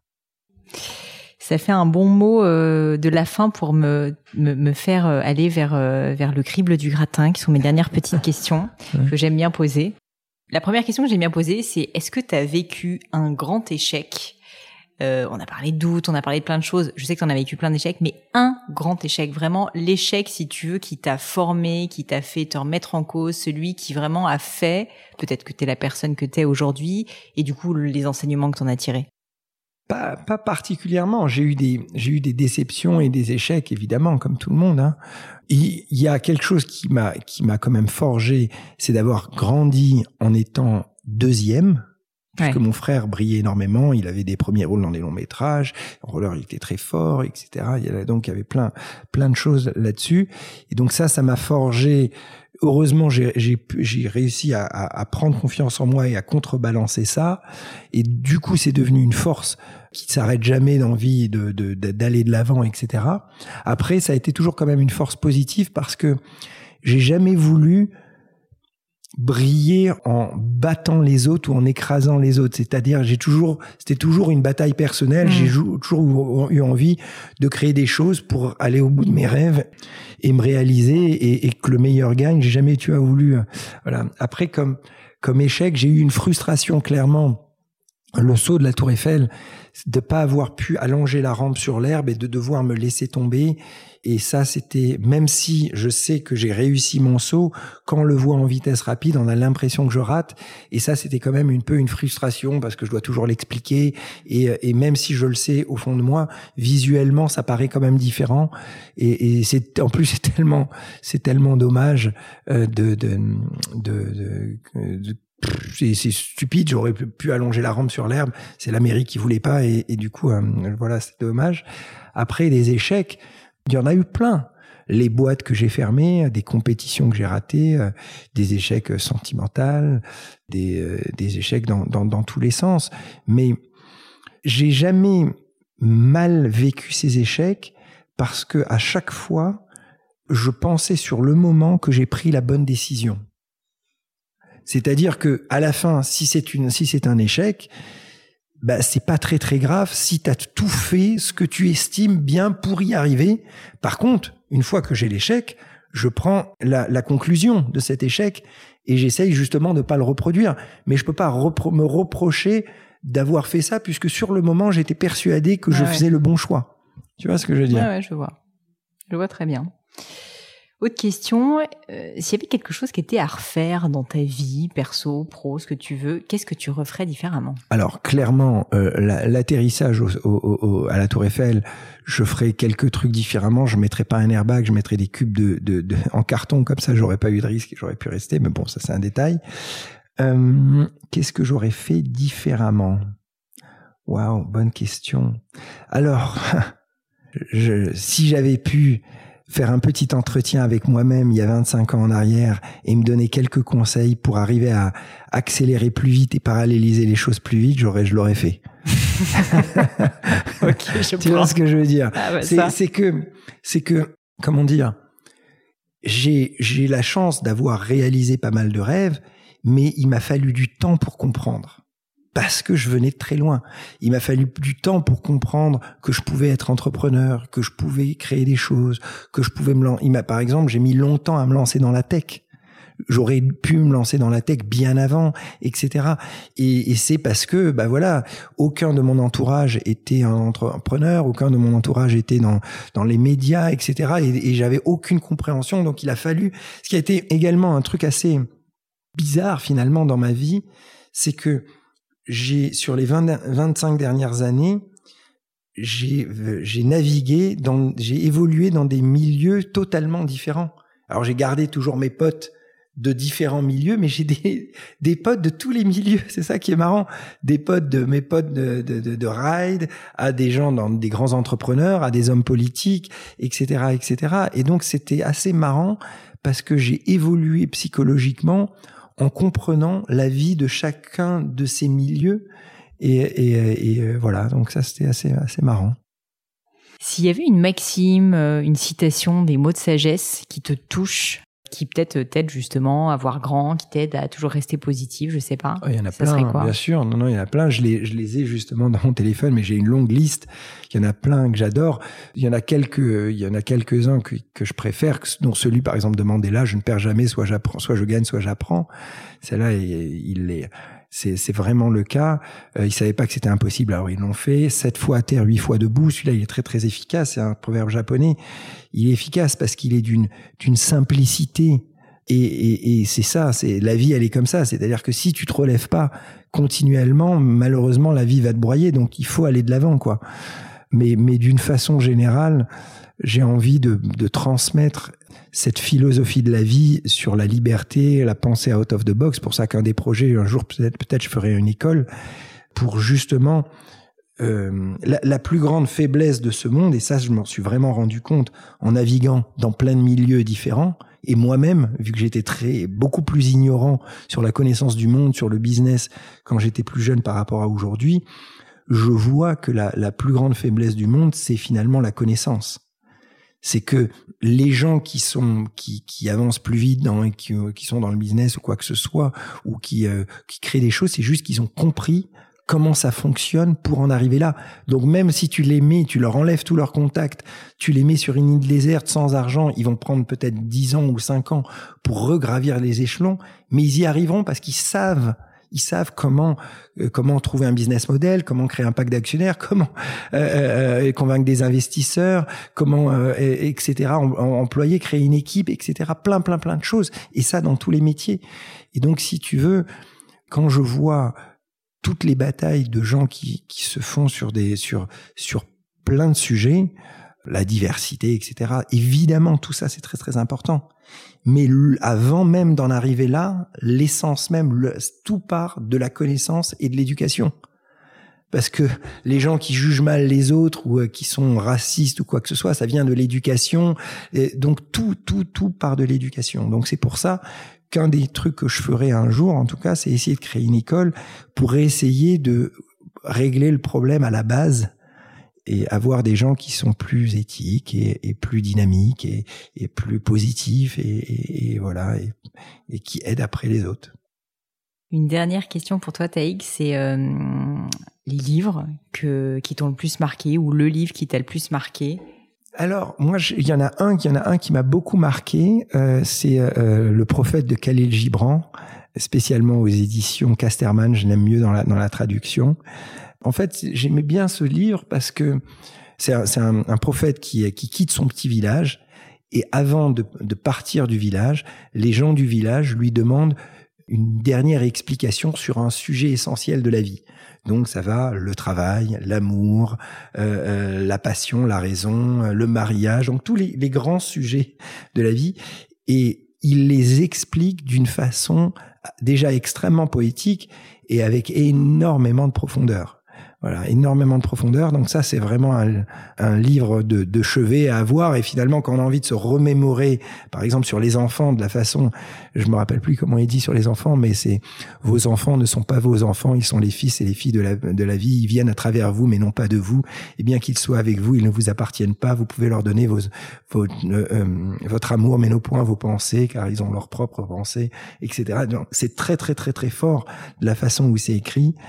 Ça fait un bon mot euh, de la fin pour me, me, me faire aller vers, euh, vers le crible du gratin, qui sont mes dernières petites questions ouais. que j'aime bien poser. La première question que j'aime bien poser, c'est est-ce que tu as vécu un grand échec ? Euh, on a parlé de doute, on a parlé de plein de choses. Je sais que tu en as vécu plein d'échecs, mais un grand échec, vraiment l'échec, si tu veux, qui t'a formé, qui t'a fait te remettre en cause, celui qui vraiment a fait, peut-être que t'es la personne que t'es aujourd'hui, et du coup, les enseignements que t'en as tirés. Pas, pas particulièrement. J'ai eu des, j'ai eu des déceptions et des échecs, évidemment, comme tout le monde, hein. Il y a quelque chose qui m'a, qui m'a quand même forgé, c'est d'avoir grandi en étant deuxième. Puisque ouais. mon frère brillait énormément, il avait des premiers rôles dans des longs métrages, en roller il était très fort, et cetera. Il y avait, donc il y avait plein, plein de choses là-dessus. Et donc ça, ça m'a forgé. Heureusement, j'ai, j'ai, j'ai réussi à, à, à prendre confiance en moi et à contrebalancer ça. Et du coup, c'est devenu une force qui ne s'arrête jamais d'envie de, de, de, d'aller de l'avant, et cetera. Après, ça a été toujours quand même une force positive parce que j'ai jamais voulu briller en battant les autres ou en écrasant les autres. C'est-à-dire, j'ai toujours, c'était toujours une bataille personnelle. Mmh. J'ai toujours eu envie de créer des choses pour aller au bout de mes rêves et me réaliser et, et que le meilleur gagne. J'ai jamais, tu as voulu, voilà. Après, comme, comme échec, j'ai eu une frustration, clairement. Le saut de la Tour Eiffel, de pas avoir pu allonger la rampe sur l'herbe et de devoir me laisser tomber. Et ça, c'était, même si je sais que j'ai réussi mon saut, quand on le voit en vitesse rapide, on a l'impression que je rate. Et ça, c'était quand même un peu une frustration parce que je dois toujours l'expliquer. Et, et même si je le sais au fond de moi, visuellement, ça paraît quand même différent. Et, et c'est, en plus, c'est tellement, c'est tellement dommage euh, de, de, de, de, de C'est, c'est stupide, j'aurais pu allonger la rampe sur l'herbe, c'est la mairie qui voulait pas et, et du coup, euh, voilà, c'est dommage. Après, les échecs, il y en a eu plein. Les boîtes que j'ai fermées, des compétitions que j'ai ratées, euh, des échecs sentimentaux, des, euh, des échecs dans, dans, dans tous les sens. Mais j'ai jamais mal vécu ces échecs parce que à chaque fois, je pensais sur le moment que j'ai pris la bonne décision. C'est-à-dire que à la fin, si c'est une, si c'est un échec, bah c'est pas très très grave si t'as tout fait ce que tu estimes bien pour y arriver. Par contre, une fois que j'ai l'échec, je prends la, la conclusion de cet échec et j'essaye justement de pas le reproduire. Mais je peux pas repro- me reprocher d'avoir fait ça puisque sur le moment j'étais persuadé que ah je ouais. faisais le bon choix. Tu vois ce que je veux dire ? Ouais, ouais, je vois. Je vois très bien. Autre question, euh, s'il y avait quelque chose qui était à refaire dans ta vie, perso, pro, ce que tu veux, qu'est-ce que tu referais différemment ? Alors, clairement, euh, la, l'atterrissage au, au, au, à la Tour Eiffel, je ferais quelques trucs différemment. Je mettrais pas un airbag, je mettrais des cubes de, de, de, en carton, comme ça, j'aurais pas eu de risque et j'aurais pu rester. Mais bon, ça, c'est un détail. Euh, qu'est-ce que j'aurais fait différemment ? Waouh, bonne question. Alors, je, si j'avais pu faire un petit entretien avec moi-même il y a vingt-cinq ans en arrière et me donner quelques conseils pour arriver à accélérer plus vite et paralléliser les choses plus vite, j'aurais, je l'aurais fait. Okay, je tu vois ce que je veux dire ? Ah bah c'est, ça. c'est que, c'est que, comment dire, j'ai, j'ai la chance d'avoir réalisé pas mal de rêves, mais il m'a fallu du temps pour comprendre. parce que je venais de très loin. Il m'a fallu du temps pour comprendre que je pouvais être entrepreneur, que je pouvais créer des choses, que je pouvais me lancer. Il m'a, par exemple, j'ai mis longtemps à me lancer dans la tech. J'aurais pu me lancer dans la tech bien avant, et cetera. Et, et c'est parce que, bah voilà, aucun de mon entourage était un entrepreneur, aucun de mon entourage était dans dans les médias, et cetera. Et, et j'avais aucune compréhension. Donc il a fallu. Ce qui a été également un truc assez bizarre finalement dans ma vie, c'est que j'ai sur les vingt, vingt-cinq dernières années, j'ai j'ai navigué dans, j'ai évolué dans des milieux totalement différents. Alors j'ai gardé toujours mes potes de différents milieux, mais j'ai des des potes de tous les milieux. C'est ça qui est marrant. Des potes de mes potes de de de, de ride, à des gens dans des grands entrepreneurs, à des hommes politiques, et cetera, et cetera. Et donc c'était assez marrant parce que j'ai évolué psychologiquement en comprenant la vie de chacun de ces milieux. Et, et, et voilà, donc ça, c'était assez, assez marrant. S'il y avait une maxime, une citation, des mots de sagesse qui te touchent, qui peut-être t'aident justement à voir grand, qui t'aident à toujours rester positif, je sais pas. Oh, il y en a ça plein, bien sûr. Non, non, il y en a plein. Je les, je les ai justement dans mon téléphone, mais j'ai une longue liste. Il y en a plein que j'adore. Il y en a quelques, il y en a quelques-uns que, que je préfère, dont celui, par exemple, de Mandela, je ne perds jamais, soit j'apprends, soit je gagne, soit j'apprends. Celle-là, il, il est, c'est, c'est vraiment le cas. Euh, ils savaient pas que c'était impossible, alors ils l'ont fait. Sept fois à terre, huit fois debout. Celui-là, il est très, très efficace. C'est un proverbe japonais. Il est efficace parce qu'il est d'une, d'une simplicité. Et, et, et c'est ça, c'est la vie, elle est comme ça. C'est-à-dire que si tu te relèves pas continuellement, malheureusement, la vie va te broyer. Donc, il faut aller de l'avant, quoi. Mais, mais d'une façon générale, j'ai envie de, de transmettre cette philosophie de la vie sur la liberté, la pensée out of the box. Pour ça qu'un des projets, un jour peut-être, peut-être, je ferai une école pour justement euh, la, la plus grande faiblesse de ce monde. Et ça, je m'en suis vraiment rendu compte en naviguant dans plein de milieux différents. Et moi-même, vu que j'étais très, beaucoup plus ignorant sur la connaissance du monde, sur le business, quand j'étais plus jeune par rapport à aujourd'hui, je vois que la, la plus grande faiblesse du monde, c'est finalement la connaissance. C'est que les gens qui sont, qui, qui avancent plus vite dans, qui, qui sont dans le business ou quoi que ce soit, ou qui, euh, qui créent des choses, c'est juste qu'ils ont compris comment ça fonctionne pour en arriver là. Donc même si tu les mets, tu leur enlèves tous leurs contacts, tu les mets sur une île déserte sans argent, ils vont prendre peut-être dix ans ou cinq ans pour regravir les échelons, mais ils y arriveront parce qu'ils savent, ils savent comment euh, comment trouver un business model, comment créer un pack d'actionnaires, comment euh, euh, convaincre des investisseurs, comment euh, et, etc. Em, employer, créer une équipe, et cetera. Plein plein plein de choses, et ça dans tous les métiers. Et donc si tu veux, quand je vois toutes les batailles de gens qui, qui se font sur des, sur, sur plein de sujets, la diversité, et cetera. Évidemment, tout ça, c'est très, très important. Mais avant même d'en arriver là, l'essence même, le, tout part de la connaissance et de l'éducation. Parce que les gens qui jugent mal les autres ou qui sont racistes ou quoi que ce soit, ça vient de l'éducation. Et donc, tout, tout, tout part de l'éducation. Donc, c'est pour ça qu'un des trucs que je ferai un jour, en tout cas, c'est essayer de créer une école pour essayer de régler le problème à la base et avoir des gens qui sont plus éthiques et, et plus dynamiques et, et plus positifs et, et, et voilà et, et qui aident après les autres. Une dernière question pour toi, Taïg, c'est euh, les livres que, qui t'ont le plus marqué ou le livre qui t'a le plus marqué. Alors, moi, il y en a un, il y en a un qui m'a beaucoup marqué. Euh, c'est euh, Le Prophète de Khalil Gibran, spécialement aux éditions Casterman. Je l'aime mieux dans la dans la traduction. En fait, j'aimais bien ce livre parce que c'est un, c'est un, un prophète qui qui quitte son petit village et avant de, de partir du village, les gens du village lui demandent une dernière explication sur un sujet essentiel de la vie. Donc ça va, le travail, l'amour, euh, euh, la passion, la raison, le mariage, donc tous les, les grands sujets de la vie. Et il les explique d'une façon déjà extrêmement poétique et avec énormément de profondeur. Voilà, énormément de profondeur. Donc ça, c'est vraiment un, un livre de, de chevet à avoir. Et finalement, quand on a envie de se remémorer, par exemple sur les enfants, de la façon, je me rappelle plus comment il dit sur les enfants, mais c'est vos enfants ne sont pas vos enfants, ils sont les fils et les filles de la, de la vie. Ils viennent à travers vous, mais non pas de vous. Et bien qu'ils soient avec vous, ils ne vous appartiennent pas. Vous pouvez leur donner vos, vos, euh, votre amour, mais non point vos pensées, car ils ont leurs propres pensées, et cetera. Donc c'est très très très très fort de la façon où c'est écrit.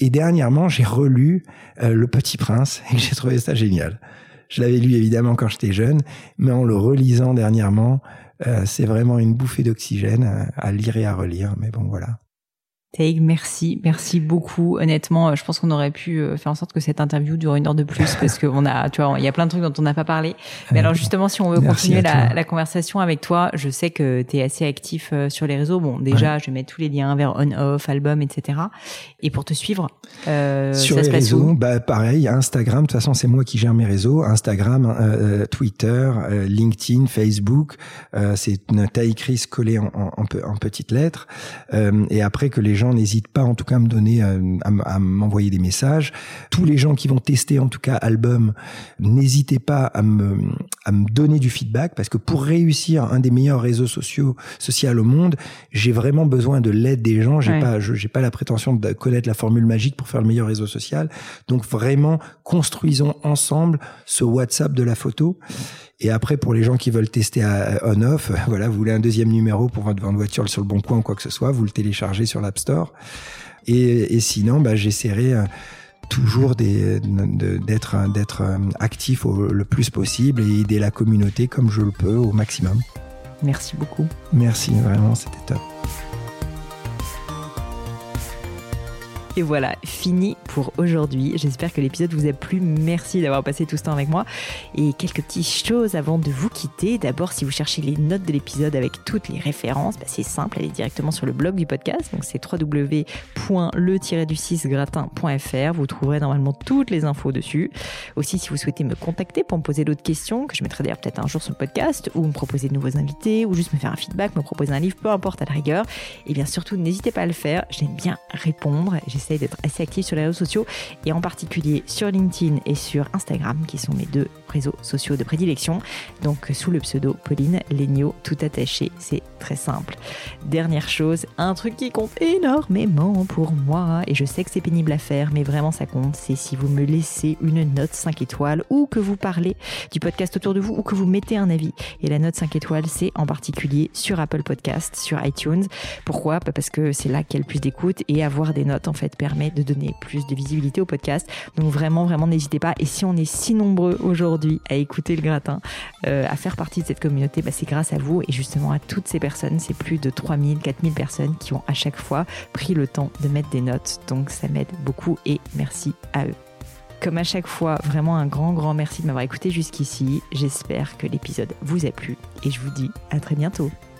Et dernièrement, j'ai relu euh, Le Petit Prince et j'ai trouvé ça génial. Je l'avais lu évidemment quand j'étais jeune, mais en le relisant dernièrement, euh, c'est vraiment une bouffée d'oxygène à, à lire et à relire. Mais bon, voilà. Taïg, merci, merci beaucoup. Honnêtement, je pense qu'on aurait pu faire en sorte que cette interview dure une heure de plus parce que on a, tu vois, il y a plein de trucs dont on n'a pas parlé. Mais alors justement, si on veut merci continuer la, la conversation avec toi, je sais que tu es assez actif sur les réseaux. Bon, déjà, ouais. je vais mettre tous les liens vers on-off, album, et cetera. Et pour te suivre, euh, sur ça les se passe réseaux, où bah pareil, Instagram. De toute façon, c'est moi qui gère mes réseaux. Instagram, euh, Twitter, euh, LinkedIn, Facebook. Euh, c'est Taïg Chris collé en, en, en, en petites lettres. Euh, et après que les gens n'hésitent pas en tout cas à me donner, à, à m'envoyer des messages. Tous les gens qui vont tester en tout cas album, n'hésitez pas à me, à me donner du feedback parce que pour réussir un des meilleurs réseaux sociaux, social au monde, j'ai vraiment besoin de l'aide des gens. J'ai ouais. pas, je, j'ai pas la prétention de connaître la formule magique pour faire le meilleur réseau social. Donc vraiment, construisons ensemble ce WhatsApp de la photo. Et après, pour les gens qui veulent tester à on-off, voilà, vous voulez un deuxième numéro pour votre voiture sur le Bon Coin ou quoi que ce soit, vous le téléchargez sur l'App Store. Et, et sinon, bah, j'essaierai toujours des, de, d'être, d'être actif au, le plus possible et aider la communauté comme je le peux au maximum. Merci beaucoup. Merci, vraiment, c'était top. Et voilà, fini pour aujourd'hui. J'espère que l'épisode vous a plu. Merci d'avoir passé tout ce temps avec moi. Et quelques petites choses avant de vous quitter. D'abord, si vous cherchez les notes de l'épisode avec toutes les références, bah c'est simple, allez directement sur le blog du podcast. Donc c'est w w w point le tiret du six gratin point f r. Vous trouverez normalement toutes les infos dessus. Aussi, si vous souhaitez me contacter pour me poser d'autres questions, que je mettrai d'ailleurs peut-être un jour sur le podcast, ou me proposer de nouveaux invités, ou juste me faire un feedback, me proposer un livre, peu importe à la rigueur, et bien surtout, n'hésitez pas à le faire. J'aime bien répondre. J'essaie d'être assez active sur les réseaux sociaux et en particulier sur LinkedIn et sur Instagram qui sont mes deux réseaux sociaux de prédilection. Donc sous le pseudo Pauline Léniaud, tout attaché, c'est très simple. Dernière chose, un truc qui compte énormément pour moi et je sais que c'est pénible à faire mais vraiment ça compte, c'est si vous me laissez une note cinq étoiles ou que vous parlez du podcast autour de vous ou que vous mettez un avis. Et la note cinq étoiles, c'est en particulier sur Apple Podcast, sur iTunes. Pourquoi ? Parce que c'est là qu'il y a le plus d'écoute et avoir des notes en fait permet de donner plus de visibilité au podcast. Donc vraiment, vraiment, n'hésitez pas. Et si on est si nombreux aujourd'hui à écouter le gratin, euh, à faire partie de cette communauté, bah, c'est grâce à vous et justement à toutes ces personnes. C'est plus de trois mille, quatre mille personnes qui ont à chaque fois pris le temps de mettre des notes. Donc ça m'aide beaucoup et merci à eux. Comme à chaque fois, vraiment un grand, grand merci de m'avoir écouté jusqu'ici. J'espère que l'épisode vous a plu et je vous dis à très bientôt.